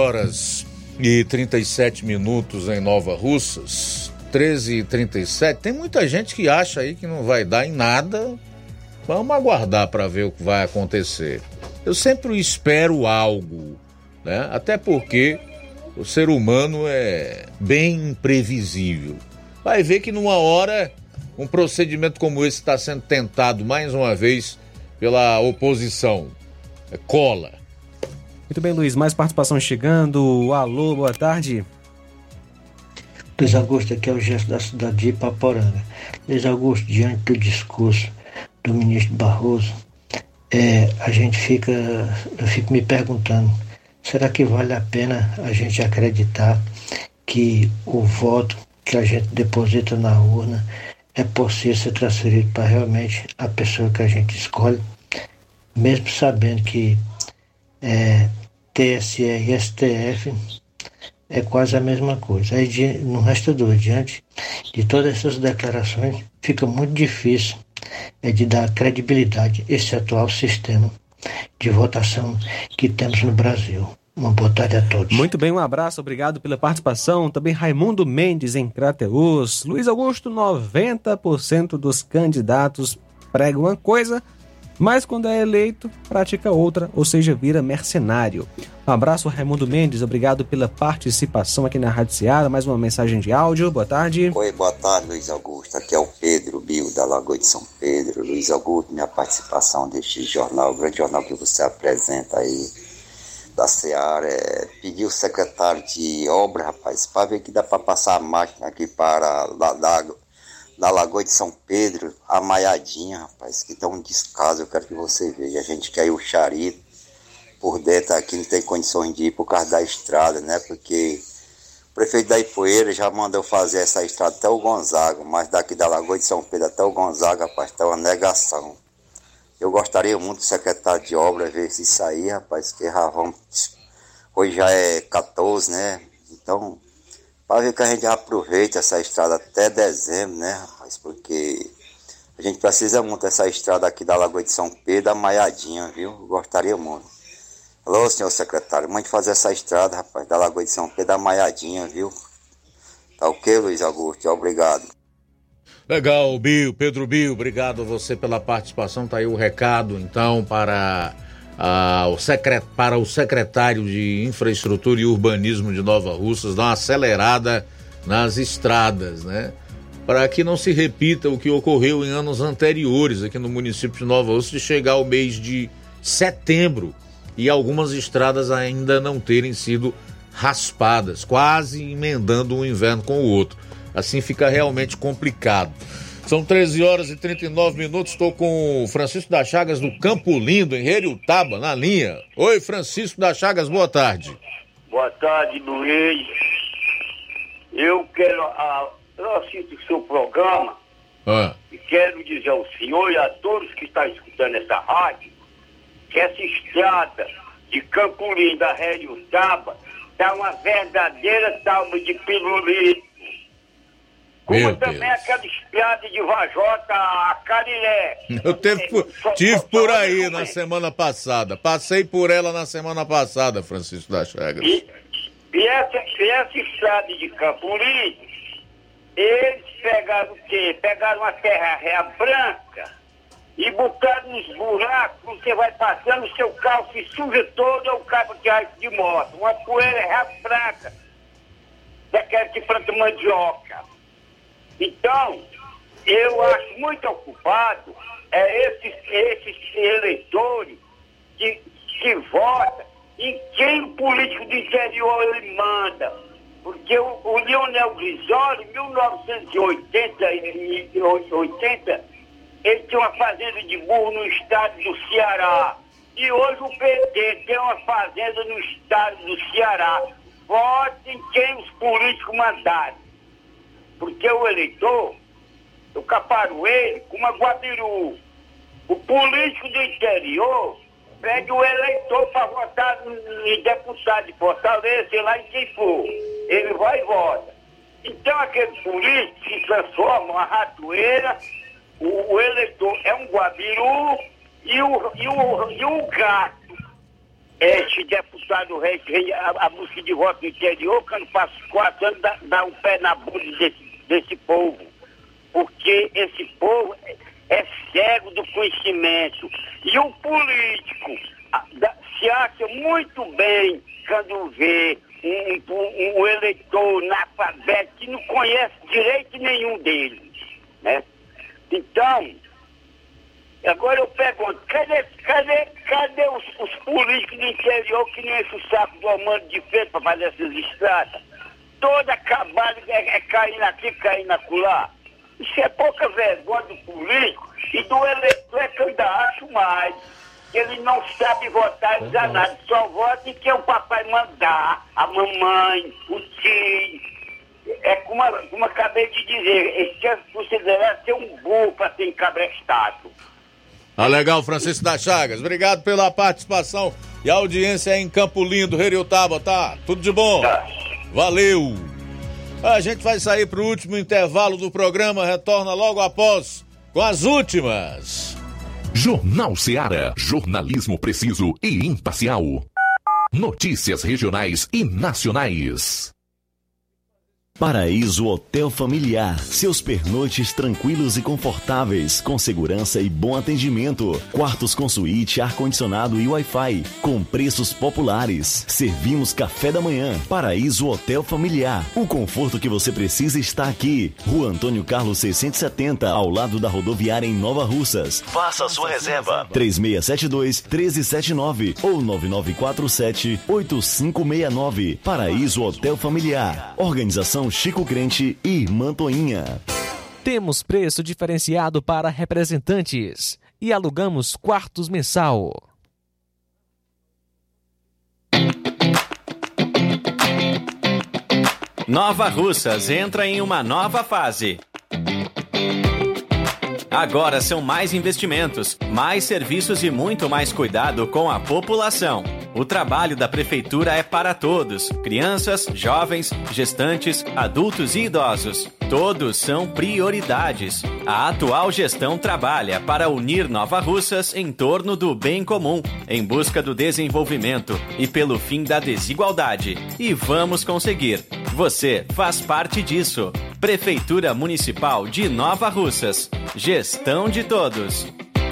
13h37 em Nova Russas, 13h37. Tem muita gente que acha aí que não vai dar em nada. Vamos aguardar para ver o que vai acontecer. Eu sempre espero algo, né? Até porque o ser humano é bem imprevisível. Vai ver que numa hora um procedimento como esse está sendo tentado mais uma vez pela oposição. Cola. Muito bem, Luiz, mais participação chegando. Alô, boa tarde. Luiz Augusto, aqui é o gesto da cidade de Ipaporanga. Luiz Augusto, diante do discurso do ministro Barroso, eu fico me perguntando, será que vale a pena a gente acreditar que o voto que a gente deposita na urna é possível ser transferido para realmente a pessoa que a gente escolhe, mesmo sabendo que TSE e STF é quase a mesma coisa. Aí, no resto do diante de todas essas declarações, fica muito difícil de dar credibilidade a esse atual sistema de votação que temos no Brasil. Uma boa tarde a todos. Muito bem, um abraço, obrigado pela participação. Também Raimundo Mendes em Crateús. Luiz Augusto, 90% dos candidatos pregam uma coisa, mas quando é eleito, pratica outra, ou seja, vira mercenário. Um abraço, Raimundo Mendes, obrigado pela participação aqui na Rádio Ceará. Mais uma mensagem de áudio, boa tarde. Oi, boa tarde, Luiz Augusto. Aqui é o Pedro Bio, da Lagoa de São Pedro. Luiz Augusto, minha participação deste jornal, o grande jornal que você apresenta aí, da Ceará, pedir o secretário de obra, rapaz, para ver que dá para passar a máquina aqui para da Lagoa de São Pedro, a Maiadinha, rapaz, que tá um descaso, eu quero que você veja. A gente quer ir o charito por dentro aqui, não tem condições de ir por causa da estrada, né? Porque o prefeito da Ipueira já mandou fazer essa estrada até o Gonzaga, mas daqui da Lagoa de São Pedro até o Gonzaga, rapaz, tá uma negação. Eu gostaria muito do secretário de obra ver se isso aí, rapaz, que hoje já é 14, né? Então, para ver que a gente aproveita essa estrada até dezembro, né, rapaz? Porque a gente precisa muito dessa estrada aqui da Lagoa de São Pedro, a Maiadinha, viu? Eu gostaria muito. Alô, senhor secretário, mande fazer essa estrada, rapaz, da Lagoa de São Pedro, a Maiadinha, viu? Tá ok, Luiz Augusto? Obrigado. Legal, Pedro Bio, obrigado a você pela participação. Tá aí o recado, então, para o secretário de Infraestrutura e Urbanismo de Nova Russas, dar uma acelerada nas estradas, né? Para que não se repita o que ocorreu em anos anteriores aqui no município de Nova Russas, de chegar ao mês de setembro e algumas estradas ainda não terem sido raspadas, quase emendando um inverno com o outro. Assim fica realmente complicado. São 13h39, estou com o Francisco das Chagas do Campo Lindo, em Heriutaba, na linha. Oi, Francisco das Chagas, boa tarde. Boa tarde, Luiz. Eu assisto o seu programa e quero dizer ao senhor e a todos que estão escutando essa rádio que essa estrada de Campo Lindo da Heriutaba está uma verdadeira tábua de pirulito. Como também aquela estrada de Vajota a Carilé. Eu tive por aí na semana passada. Passei por ela na semana passada, Francisco das Chagas. E essa estrada de Campo Lindo, eles pegaram o quê? Pegaram uma terra branca e botaram nos buracos, você vai passando, o seu carro se suja todo, é o cabo de ar de moto. Uma poeira branca. daquela que planta mandioca. Então, eu acho muito ocupado esses eleitores que votam em quem o político do interior ele manda. Porque o Leonel Brizola, em 1980, ele tinha uma fazenda de burro no estado do Ceará. E hoje o PT tem uma fazenda no estado do Ceará. Vote em quem os políticos mandarem. Porque o eleitor, eu caparo ele com uma guabiru. O político do interior pede o eleitor para votar em deputado de Fortaleza, sei lá em quem for. Ele vai e vota. Então aquele político se transforma uma ratoeira, o eleitor é um guabiru e o gato. Esse deputado rei, a busca de voto no interior, quando passa 4 anos, dá um pé na bunda desse povo. Porque esse povo é cego do conhecimento. E o político se acha muito bem quando vê um eleitor analfabeto que não conhece direito nenhum dele, né? Então, agora eu pergunto, cadê os políticos do interior que nem enchem o saco do Armando de Feira para fazer essas estradas? Toda acabada é caindo aqui, caindo acolá. Isso é pouca vergonha do político e do eleitor é que eu ainda acho mais. Ele não sabe votar em nada, só vota em quem o papai mandar, a mamãe, o tio. É como acabei de dizer, esse é considerado ser um burro para ser encabrestado. Ah, legal, Francisco das Chagas. Obrigado pela participação e audiência em Campo Lindo, Heriotaba, tá? Tudo de bom. Tá. Valeu. A gente vai sair para o último intervalo do programa, retorna logo após com as últimas. Jornal Ceará, jornalismo preciso e imparcial. Notícias regionais e nacionais. Paraíso Hotel Familiar, seus pernoites tranquilos e confortáveis, com segurança e bom atendimento, quartos com suíte, ar-condicionado e Wi-Fi, com preços populares. Servimos café da manhã. Paraíso Hotel Familiar, o conforto que você precisa está aqui. Rua Antônio Carlos 670, ao lado da rodoviária em Nova Russas. Faça a sua reserva. 3672-1379 ou 9947-8569. Paraíso Hotel Familiar. Organização Chico Crente e Mantoinha. Temos preço diferenciado para representantes e alugamos quartos mensal. Nova Russas entra em uma nova fase. Agora são mais investimentos, mais serviços e muito mais cuidado com a população. O trabalho da Prefeitura é para todos, crianças, jovens, gestantes, adultos e idosos. Todos são prioridades. A atual gestão trabalha para unir Nova Russas em torno do bem comum, em busca do desenvolvimento e pelo fim da desigualdade. E vamos conseguir. Você faz parte disso. Prefeitura Municipal de Nova Russas. Gestão de todos.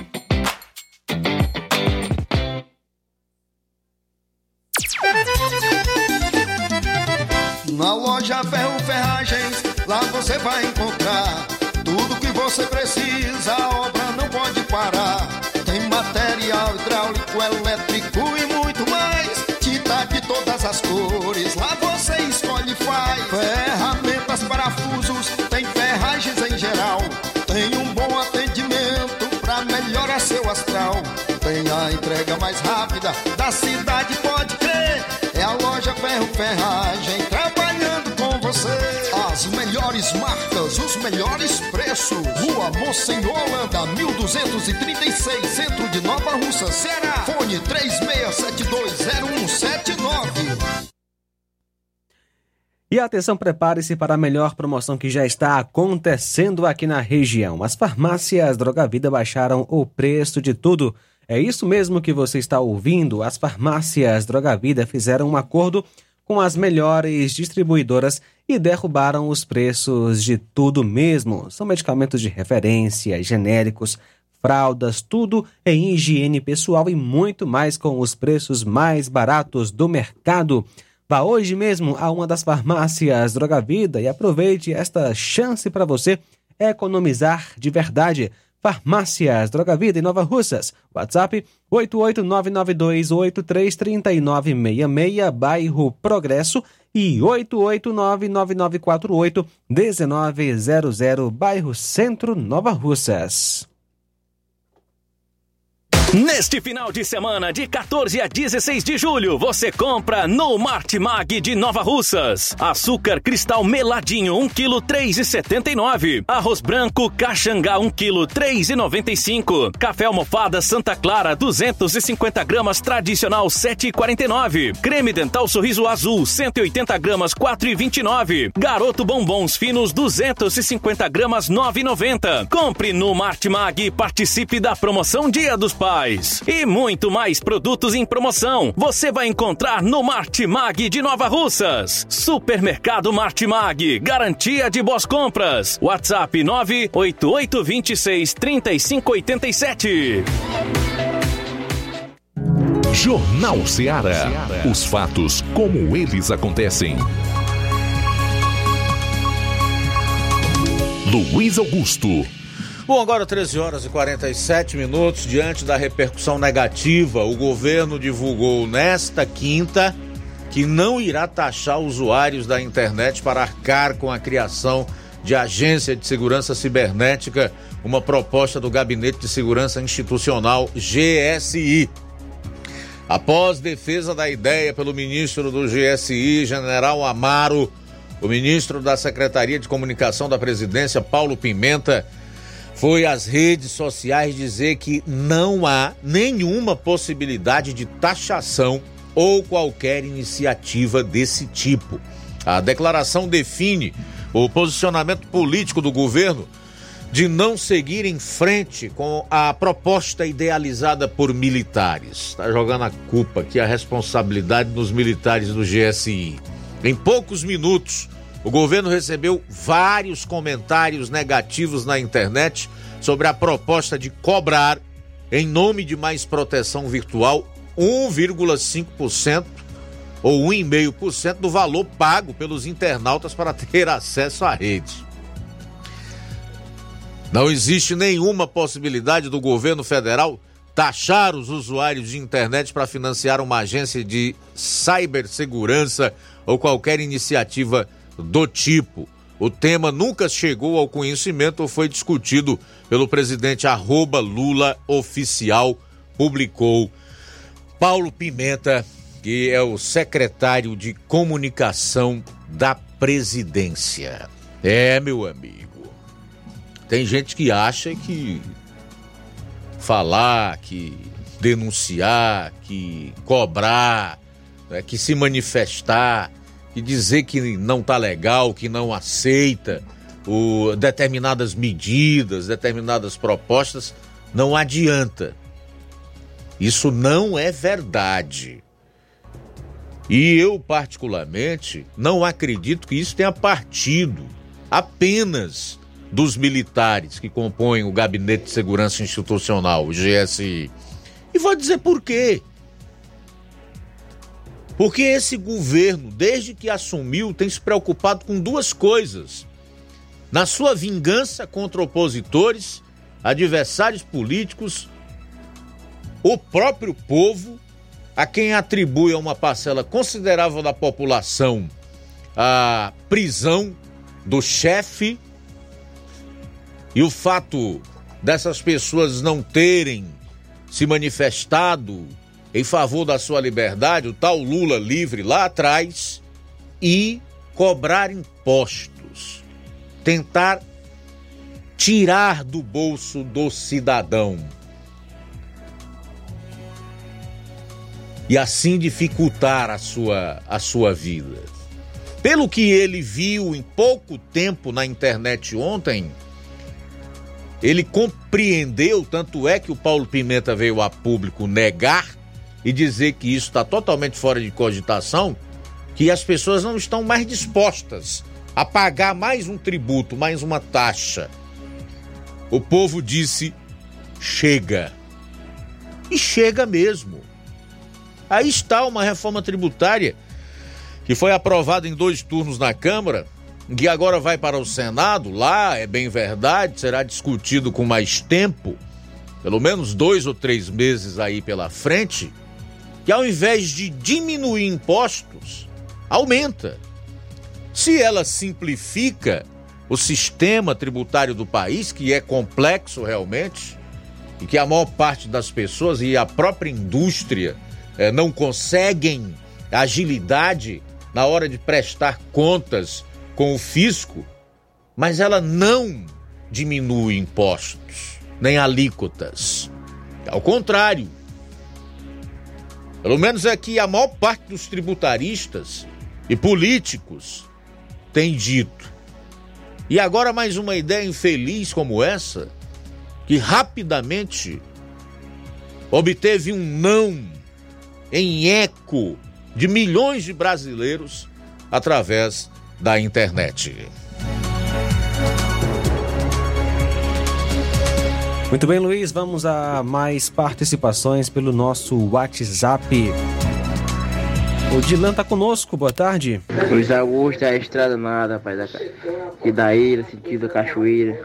Na loja Ferro Ferragens, lá você vai encontrar tudo que você precisa, a obra não pode parar. Tem material hidráulico, elétrico e muito mais. Tinta de todas as cores, lá você escolhe e faz. Ferramentas, parafusos, tem ferragens em geral. Tem um bom atendimento pra melhorar seu astral. Tem a entrega mais rápida da cidade, pode crer. É a loja Ferro Ferragem trabalhando com você. As melhores marcas, os melhores preços. Rua Monsenhor Holanda, 1236, centro de Nova Russa, Ceará. Fone 36720179. E atenção, prepare-se para a melhor promoção que já está acontecendo aqui na região. As farmácias Droga Vida baixaram o preço de tudo. É isso mesmo que você está ouvindo. As farmácias Droga Vida fizeram um acordo com as melhores distribuidoras e derrubaram os preços de tudo mesmo. São medicamentos de referência, genéricos, fraldas, tudo em higiene pessoal e muito mais com os preços mais baratos do mercado. Vá hoje mesmo a uma das farmácias Droga Vida e aproveite esta chance para você economizar de verdade. Farmácias Droga Vida em Nova Russas. WhatsApp 88992833966, bairro Progresso, e 88999481900, bairro Centro, Nova Russas. Neste final de semana, de 14 a 16 de julho, você compra no Martimag de Nova Russas. Açúcar cristal meladinho, 1 kg, 3,79. Arroz branco Caxangá, 1 kg, 3,95. Café almofada Santa Clara, 250 gramas, tradicional, 7,49. Creme dental Sorriso Azul, 180 gramas, 4,29. Garoto bombons finos, 250 gramas, 9,90. Compre no Martimag e participe da promoção Dia dos Pais. E muito mais produtos em promoção você vai encontrar no Martimag de Nova Russas. Supermercado Martimag, garantia de boas compras. WhatsApp 988263587. Jornal Ceará. Os fatos como eles acontecem. Luiz Augusto. Bom, agora 13 horas e 47 minutos. Diante da repercussão negativa, o governo divulgou nesta quinta que não irá taxar usuários da internet para arcar com a criação de Agência de Segurança Cibernética, uma proposta do Gabinete de Segurança Institucional, GSI. Após defesa da ideia pelo ministro do GSI, General Amaro, o ministro da Secretaria de Comunicação da Presidência, Paulo Pimenta, foi às redes sociais dizer que não há nenhuma possibilidade de taxação ou qualquer iniciativa desse tipo. A declaração define o posicionamento político do governo de não seguir em frente com a proposta idealizada por militares. Está jogando a culpa aqui, a responsabilidade dos militares do GSI. Em poucos minutos, o governo recebeu vários comentários negativos na internet sobre a proposta de cobrar, em nome de mais proteção virtual, 1,5% ou 1,5% do valor pago pelos internautas para ter acesso à rede. Não existe nenhuma possibilidade do governo federal taxar os usuários de internet para financiar uma agência de cibersegurança ou qualquer iniciativa do tipo. O tema nunca chegou ao conhecimento ou foi discutido pelo presidente @LulaOficial, publicou Paulo Pimenta, que é o secretário de comunicação da presidência. Meu amigo, tem gente que acha que falar, que denunciar, que cobrar, que se manifestar, que dizer que não tá legal, que não aceita determinadas medidas, determinadas propostas, não adianta. Isso não é verdade. E eu, particularmente, não acredito que isso tenha partido apenas dos militares que compõem o Gabinete de Segurança Institucional, o GSI. E vou dizer por quê. Porque esse governo, desde que assumiu, tem se preocupado com duas coisas. Na sua vingança contra opositores, adversários políticos, o próprio povo, a quem atribui a uma parcela considerável da população a prisão do chefe, e o fato dessas pessoas não terem se manifestado em favor da sua liberdade, o tal Lula livre lá atrás, e cobrar impostos, tentar tirar do bolso do cidadão e assim dificultar a sua vida. Pelo que ele viu em pouco tempo na internet ontem, ele compreendeu, tanto é que o Paulo Pimenta veio a público negar e dizer que isso está totalmente fora de cogitação, que as pessoas não estão mais dispostas a pagar mais um tributo, mais uma taxa. O povo disse, chega. E chega mesmo. Aí está uma reforma tributária que foi aprovado em 2 turnos na Câmara, que agora vai para o Senado, lá, é bem verdade, será discutido com mais tempo, pelo menos 2 ou 3 meses aí pela frente, que ao invés de diminuir impostos, aumenta. Se ela simplifica o sistema tributário do país, que é complexo realmente, e que a maior parte das pessoas e a própria indústria não conseguem agilidade na hora de prestar contas com o fisco, mas ela não diminui impostos, nem alíquotas. Ao contrário. Pelo menos é que a maior parte dos tributaristas e políticos tem dito. E agora mais uma ideia infeliz como essa, que rapidamente obteve um não em eco de milhões de brasileiros através da internet. Muito bem, Luiz, vamos a mais participações pelo nosso WhatsApp. O Dilan tá conosco, boa tarde. Luiz Augusto, a estrada nada, rapaz, e da ilha, sentido da cachoeira,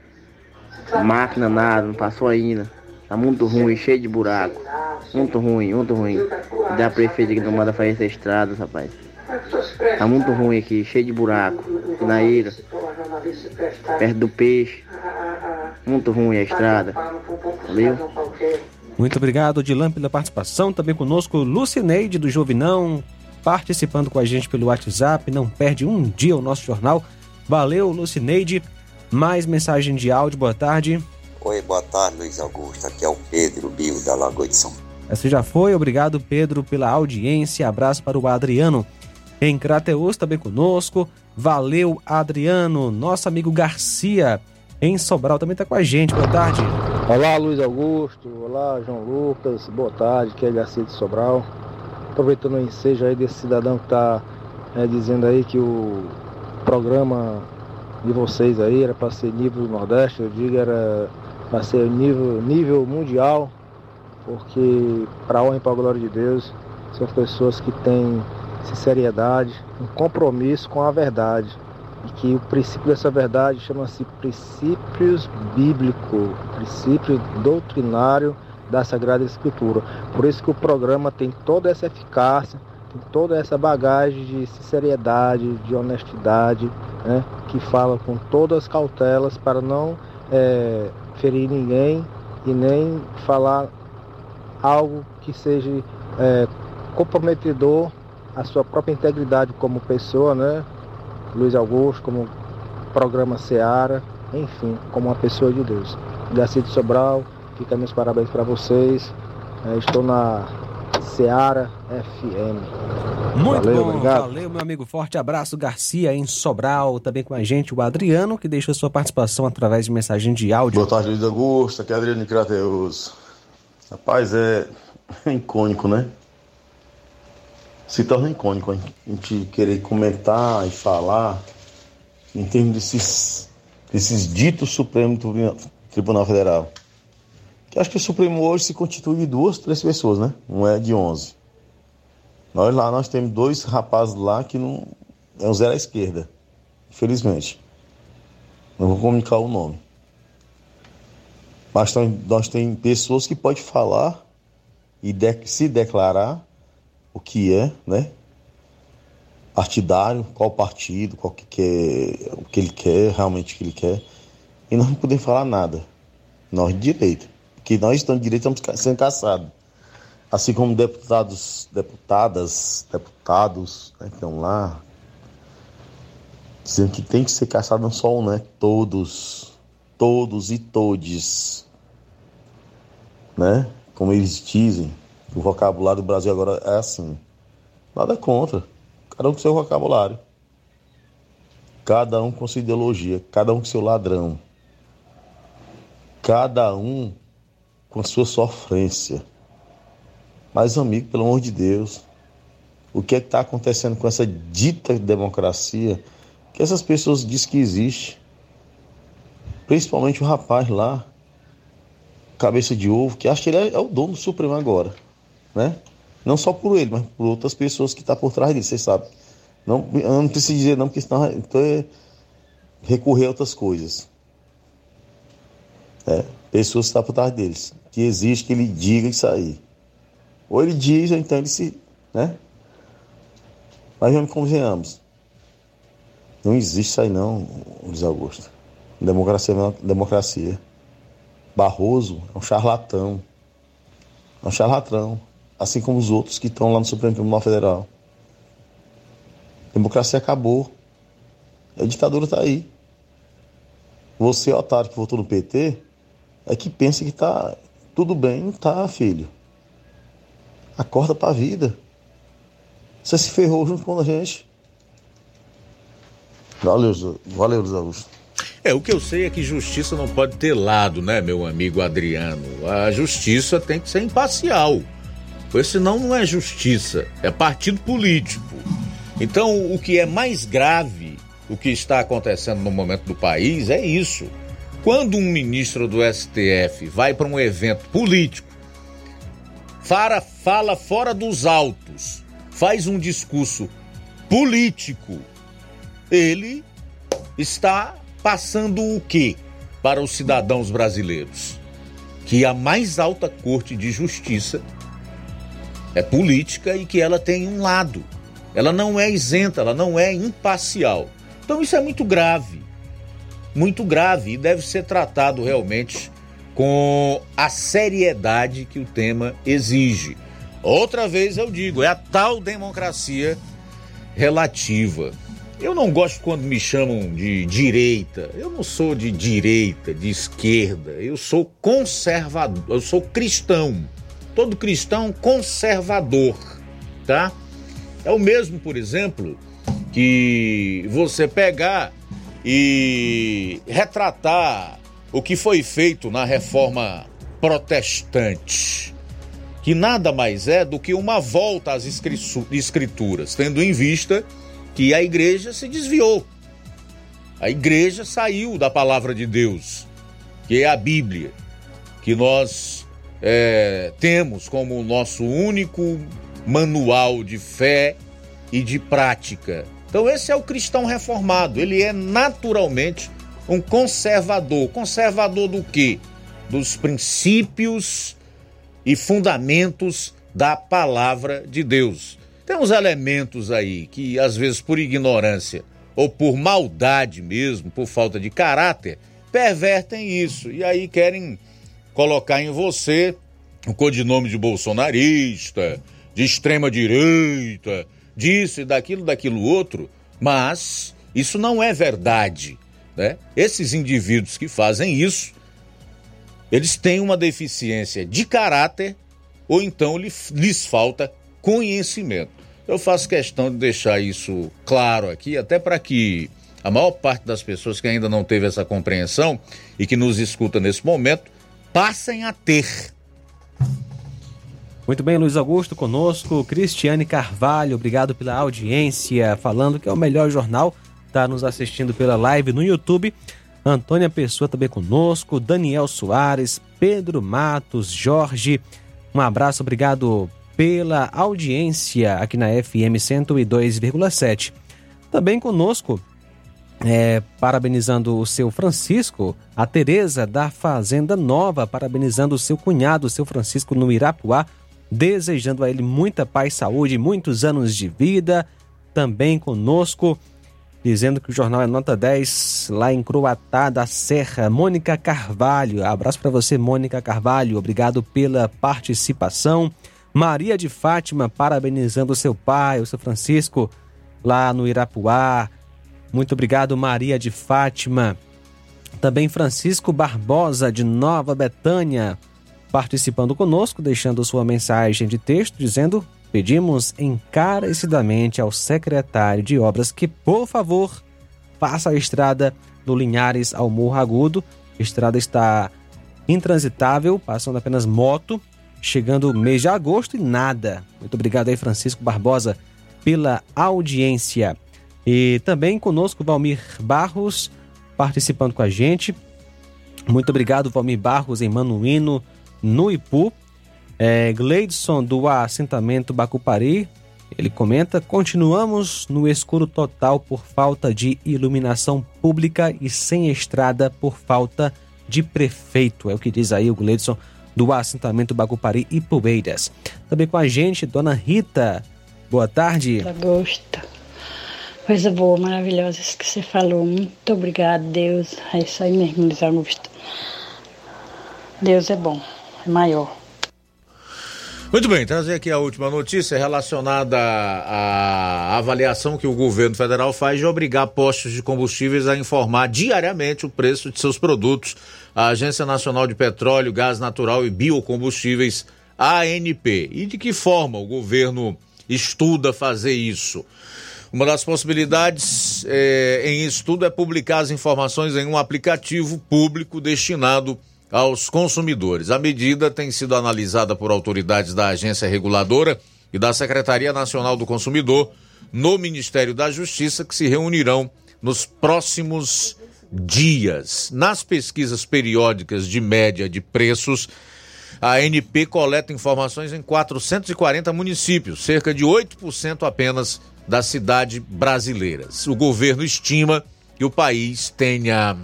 máquina nada, não passou ainda, tá muito ruim, cheio de buraco, muito ruim, e da prefeita que não manda fazer essa estrada, rapaz. Tá muito ruim aqui, cheio de buraco. Aqui na ilha, perto do peixe. Muito ruim a estrada. Valeu? Muito obrigado, Dilan, pela participação. Também conosco, Lucineide do Jovinão, participando com a gente pelo WhatsApp. Não perde um dia o nosso jornal. Valeu, Lucineide. Mais mensagem de áudio, boa tarde. Oi, boa tarde, Luiz Augusto. Aqui é o Pedro Bio da Lagoa de São Paulo. Essa já foi. Obrigado, Pedro, pela audiência. Abraço para o Adriano em Crateús, também conosco. Valeu, Adriano. Nosso amigo Garcia em Sobral também está com a gente. Boa tarde. Olá, Luiz Augusto. Olá, João Lucas. Boa tarde, que é Garcia de Sobral. Aproveitando o ensejo aí desse cidadão que está dizendo aí que o programa de vocês aí era para ser nível do Nordeste, eu digo era para ser nível mundial, porque para a honra e para a glória de Deus, são pessoas que têm sinceridade, um compromisso com a verdade, e que o princípio dessa verdade chama-se princípios bíblicos, princípio doutrinário da Sagrada Escritura. Por isso que o programa tem toda essa eficácia, tem toda essa bagagem de sinceridade, de honestidade, né, que fala com todas as cautelas para não ferir ninguém e nem falar algo que seja comprometedor à sua própria integridade como pessoa, né? Luiz Augusto, como programa Seara, enfim, como uma pessoa de Deus. Garcia de Sobral, fica meus parabéns para vocês. Estou na Seara FM. Muito valeu, bom, obrigado. Valeu, meu amigo. Forte abraço, Garcia em Sobral. Também com a gente o Adriano, que deixou sua participação através de mensagem de áudio. Boa tarde, Luiz Augusto. Aqui é Adriano de Crateús. Rapaz, é icônico, né? Se torna icônico a gente querer comentar e falar em termos desses ditos Supremo do Tribunal Federal. Que acho que o Supremo hoje se constitui de 2, 3 pessoas, né? Não é de 11. Nós temos 2 rapazes lá que não é um zero à esquerda, infelizmente. Não vou comunicar o nome. Mas nós temos pessoas que podem falar e se declarar o que é, né? Partidário, qual partido, o que ele quer, realmente o que ele quer. E nós não podemos falar nada. Nós de direita. Porque nós estamos de direita, estamos sendo caçados. Assim como deputados, né, que estão lá, dizendo que tem que ser caçado não só um, né? Todos e todes. Né? Como eles dizem. O vocabulário do Brasil agora é assim. Nada contra. Cada um com seu vocabulário. Cada um com sua ideologia. Cada um com seu ladrão. Cada um com sua sofrência. Mas, amigo, pelo amor de Deus, o que é que está acontecendo com essa dita democracia que essas pessoas dizem que existe? Principalmente o rapaz lá, cabeça de ovo, que acha que ele é o dono do Supremo agora. Né? Não só por ele, mas por outras pessoas que estão por trás dele, vocês sabem. Não, eu não preciso dizer não, porque senão então recorrer a outras coisas. Pessoas que estão por trás deles. Que exige que ele diga isso aí. Ou ele diz, ou então ele se... né? Mas vamos convenhamos. Não existe isso aí não, Luiz Augusto. Democracia é uma democracia. Barroso é um charlatão. É um charlatão. Assim como os outros que estão lá no Supremo Tribunal Federal. Democracia acabou. A ditadura está aí. Você, otário, que votou no PT, é que pensa que tá tudo bem. Não tá, filho. Acorda pra vida. Você se ferrou junto com a gente. Valeu, Luiz Augusto. O que eu sei é que justiça não pode ter lado, né, meu amigo Adriano? A justiça tem que ser imparcial. Porque senão não é justiça, é partido político. Então, o que é mais grave, o que está acontecendo no momento do país, é isso. Quando um ministro do STF vai para um evento político, fala fora dos autos, faz um discurso político, ele está passando o quê para os cidadãos brasileiros? Que a mais alta corte de justiça é política e que ela tem um lado. Ela não é isenta, ela não é imparcial. Então isso é muito grave e deve ser tratado realmente com a seriedade que o tema exige. Outra vez eu digo, é a tal democracia relativa. Eu não gosto quando me chamam de direita. Eu não sou de direita, de esquerda. Eu sou conservador, eu sou cristão. Todo cristão conservador, tá? É o mesmo, por exemplo, que você pegar e retratar o que foi feito na reforma protestante, que nada mais é do que uma volta às escrituras, tendo em vista que a igreja se desviou. A igreja saiu da palavra de Deus, que é a Bíblia, que nós temos como o nosso único manual de fé e de prática. Então esse é o cristão reformado, ele é naturalmente um conservador. Conservador do quê? Dos princípios e fundamentos da palavra de Deus. Tem uns elementos aí que, às vezes, por ignorância ou por maldade mesmo, por falta de caráter, pervertem isso. E aí querem colocar em você o codinome de bolsonarista, de extrema-direita, disso e daquilo outro. Mas isso não é verdade, né? Esses indivíduos que fazem isso, eles têm uma deficiência de caráter ou então lhes falta conhecimento. Eu faço questão de deixar isso claro aqui, até para que a maior parte das pessoas que ainda não teve essa compreensão e que nos escuta nesse momento, passem a ter. Muito bem, Luiz Augusto conosco, Cristiane Carvalho, obrigado pela audiência, falando que é o melhor jornal, está nos assistindo pela live no YouTube. Antônia Pessoa também conosco, Daniel Soares, Pedro Matos, Jorge, um abraço, obrigado pela audiência aqui na FM 102,7. Também conosco, parabenizando o seu Francisco, a Tereza da Fazenda Nova, parabenizando o seu cunhado, o seu Francisco, no Irapuá, desejando a ele muita paz, saúde, muitos anos de vida. Também conosco, dizendo que o jornal é nota 10, lá em Croatá da Serra, Mônica Carvalho. Abraço para você, Mônica Carvalho, obrigado pela participação. Maria de Fátima, parabenizando o seu pai, o seu Francisco, lá no Irapuá. Muito obrigado, Maria de Fátima. Também Francisco Barbosa, de Nova Betânia, participando conosco, deixando sua mensagem de texto, dizendo: pedimos encarecidamente ao secretário de obras que, por favor, faça a estrada do Linhares ao Morro Agudo. A estrada está intransitável, passando apenas moto, chegando o mês de agosto e nada. Muito obrigado aí, Francisco Barbosa, pela audiência. E também conosco Valmir Barros, participando com a gente. Muito obrigado, Valmir Barros, em Manuíno, no Ipu. Gleidson, do assentamento Bacupari, Ele comenta: continuamos no escuro total por falta de iluminação pública e sem estrada por falta de prefeito. É o que diz aí o Gleidson do assentamento Bacupari e Poeiras. Também com a gente, dona Rita. Boa tarde. Augusto. Coisa boa, maravilhosa isso que você falou. Muito obrigado, Deus. É isso aí mesmo, Luiz Augusto. Deus é bom, é maior. Muito bem, trazer aqui a última notícia relacionada à avaliação que o governo federal faz de obrigar postos de combustíveis a informar diariamente o preço de seus produtos. A Agência Nacional de Petróleo, Gás Natural e Biocombustíveis, ANP. E de que forma o governo estuda fazer isso? Uma das possibilidades em estudo é publicar as informações em um aplicativo público destinado aos consumidores. A medida tem sido analisada por autoridades da agência reguladora e da Secretaria Nacional do Consumidor no Ministério da Justiça, que se reunirão nos próximos dias. Nas pesquisas periódicas de média de preços, a ANP coleta informações em 440 municípios, cerca de 8% apenas das cidades brasileiras. O governo estima que o país tenha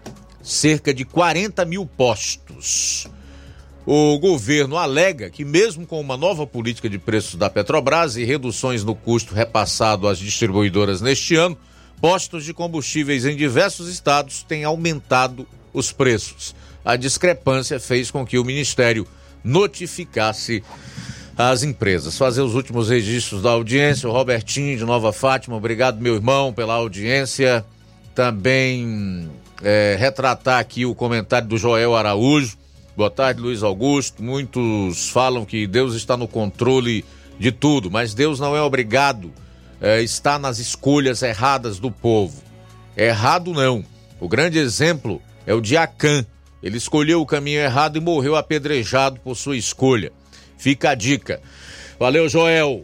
cerca de 40 mil postos. O governo alega que, mesmo com uma nova política de preços da Petrobras e reduções no custo repassado às distribuidoras neste ano, postos de combustíveis em diversos estados têm aumentado os preços. A discrepância fez com que o Ministério notificasse as empresas. Fazer os últimos registros da audiência. O Robertinho de Nova Fátima, obrigado, meu irmão, pela audiência. Também retratar aqui o comentário do Joel Araújo. Boa tarde, Luiz Augusto. Muitos falam que Deus está no controle de tudo, mas Deus não é obrigado a estar nas escolhas erradas do povo. Errado não. O grande exemplo é o de Acã. Ele escolheu o caminho errado e morreu apedrejado por sua escolha. Fica a dica. Valeu, Joel.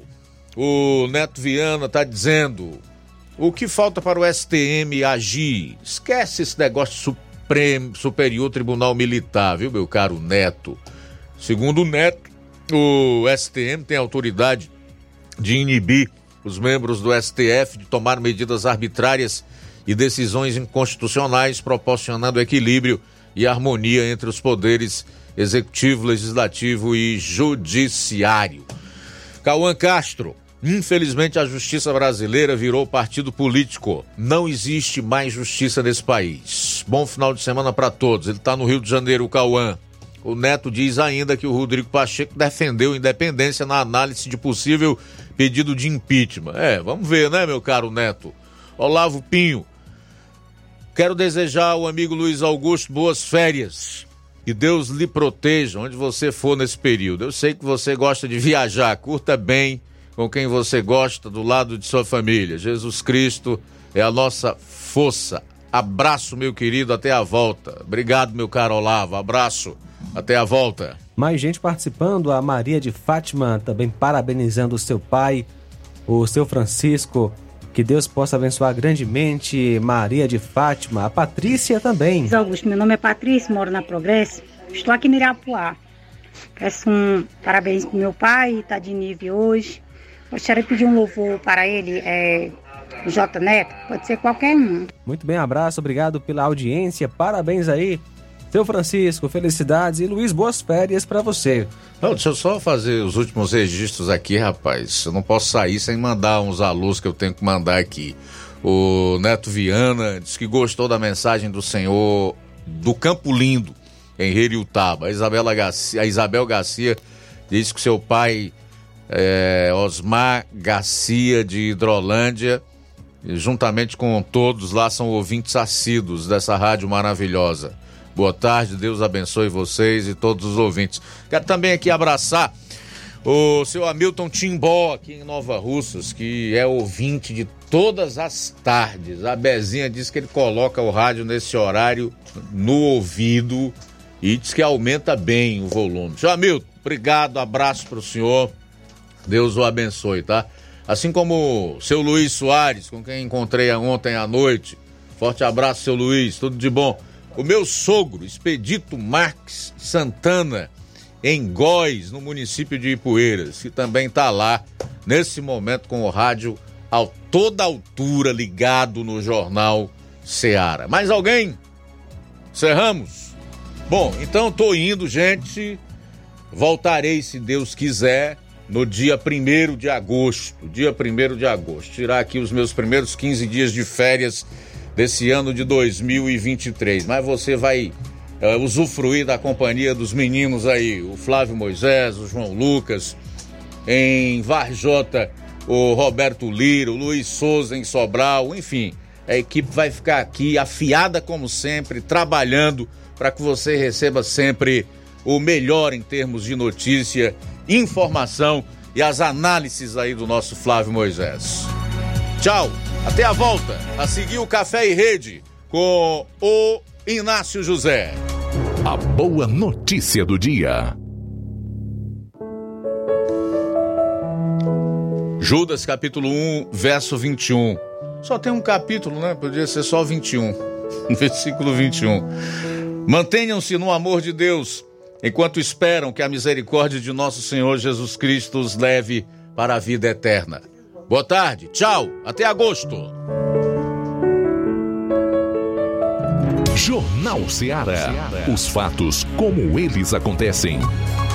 O Neto Viana está dizendo: o que falta para o STM agir? Esquece esse negócio de Superior Tribunal Militar, viu, meu caro Neto? Segundo o Neto, o STM tem autoridade de inibir os membros do STF de tomar medidas arbitrárias e decisões inconstitucionais, proporcionando equilíbrio e harmonia entre os poderes executivo, legislativo e judiciário. Cauã Castro: infelizmente a justiça brasileira virou partido político. Não existe mais justiça nesse país. Bom final de semana para todos. Ele está no Rio de Janeiro, o Cauã. O Neto diz ainda que o Rodrigo Pacheco defendeu independência na análise de possível pedido de impeachment. Vamos ver, né, meu caro Neto? Olavo Pinho: quero desejar ao amigo Luiz Augusto boas férias. Que Deus lhe proteja onde você for nesse período. Eu sei que você gosta de viajar. Curta bem com quem você gosta, do lado de sua família. Jesus Cristo é a nossa força. Abraço, meu querido, até a volta. Obrigado, meu caro Olavo. Abraço, até a volta. Mais gente participando. A Maria de Fátima também parabenizando o seu pai, o seu Francisco. Que Deus possa abençoar grandemente Maria de Fátima. A Patrícia também. Luiz Augusto, meu nome é Patrícia, moro na Progresso. Estou aqui em Irapuá. Peço parabéns para o meu pai, está de nível hoje. Gostaria de pedir um louvor para ele, o J Neto, pode ser qualquer um. Muito bem, abraço, obrigado pela audiência, parabéns aí, seu Francisco, felicidades, e Luiz, boas férias para você. Não, deixa eu só fazer os últimos registros aqui, rapaz. Eu não posso sair sem mandar uns alôs que eu tenho que mandar aqui. O Neto Viana disse que gostou da mensagem do senhor do Campo Lindo, em Heriutaba. A Isabel Garcia disse que seu pai Osmar Garcia de Hidrolândia, juntamente com todos lá, são ouvintes assíduos dessa rádio maravilhosa. Boa tarde, Deus abençoe vocês e todos os ouvintes. Quero também aqui abraçar o seu Hamilton Timbó, aqui em Nova Russas, que é ouvinte de todas as tardes. A Bezinha diz que ele coloca o rádio nesse horário no ouvido e diz que aumenta bem o volume. Seu Hamilton, obrigado, abraço para o senhor. Deus o abençoe, tá? Assim como o seu Luiz Soares, com quem encontrei ontem à noite. Forte abraço, seu Luiz, tudo de bom. O meu sogro, Expedito Marques Santana, em Góis, no município de Ipueiras, que também está lá nesse momento com o rádio a toda altura ligado no Jornal Ceará. Mais alguém? Encerramos? Bom, então tô indo, gente. Voltarei, se Deus quiser, no dia 1º de agosto. Dia 1º de agosto. Tirar aqui os meus primeiros 15 dias de férias desse ano de 2023. Mas você vai usufruir da companhia dos meninos aí. O Flávio Moisés, o João Lucas. Em Varjota, o Roberto Lira, o Luiz Souza em Sobral. Enfim, a equipe vai ficar aqui afiada como sempre, trabalhando para que você receba sempre o melhor em termos de notícia, informação e as análises aí do nosso Flávio Moisés. Tchau, até a volta. A seguir o Café e Rede com o Inácio José. A boa notícia do dia. Judas capítulo 1, verso 21. Só tem um capítulo, né? Podia ser só 21. Versículo 21. Mantenham-se no amor de Deus, enquanto esperam que a misericórdia de nosso Senhor Jesus Cristo os leve para a vida eterna. Boa tarde, tchau, até agosto. Jornal Ceará. Os fatos como eles acontecem.